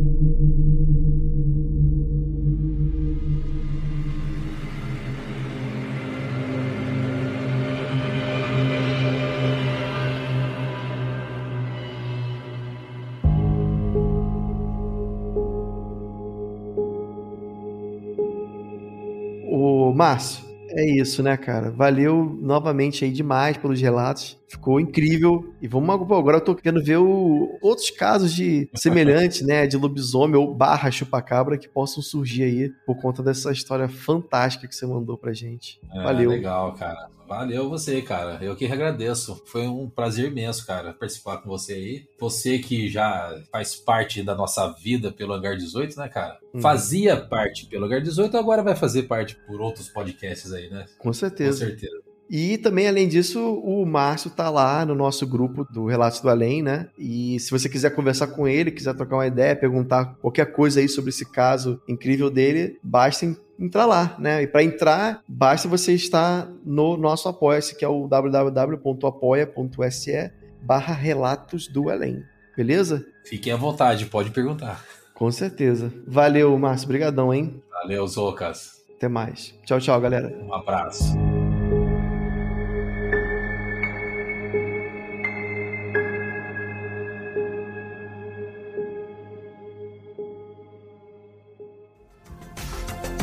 Ô, Márcio, é isso, né, cara? Valeu novamente aí demais pelos relatos. Ficou incrível. E vamos agora eu tô querendo ver o, outros casos de semelhantes, né? De lobisomem ou barra chupacabra que possam surgir aí por conta dessa história fantástica que você mandou pra gente. É, valeu. Legal, cara. Valeu você, cara. Eu que agradeço. Foi um prazer imenso, cara, participar com você aí. Você que já faz parte da nossa vida pelo Hangar dezoito, né, cara? Hum. Fazia parte pelo Hangar dezoito, agora vai fazer parte por outros podcasts aí, né? Com certeza. Com certeza. E também, além disso, o Márcio tá lá no nosso grupo do Relatos do Além, né? E se você quiser conversar com ele, quiser trocar uma ideia, perguntar qualquer coisa aí sobre esse caso incrível dele, basta entrar lá, né? E para entrar, basta você estar no nosso Apoia-se, que é o www.apoia.se barra Relatos do Além. Beleza? Fiquem à vontade, pode perguntar. Com certeza. Valeu, Márcio. Obrigadão, hein? Valeu, Zocas. Até mais. Tchau, tchau, galera. Um abraço.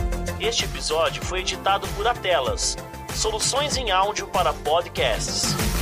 Este episódio foi editado por Atelas, soluções em áudio para podcasts.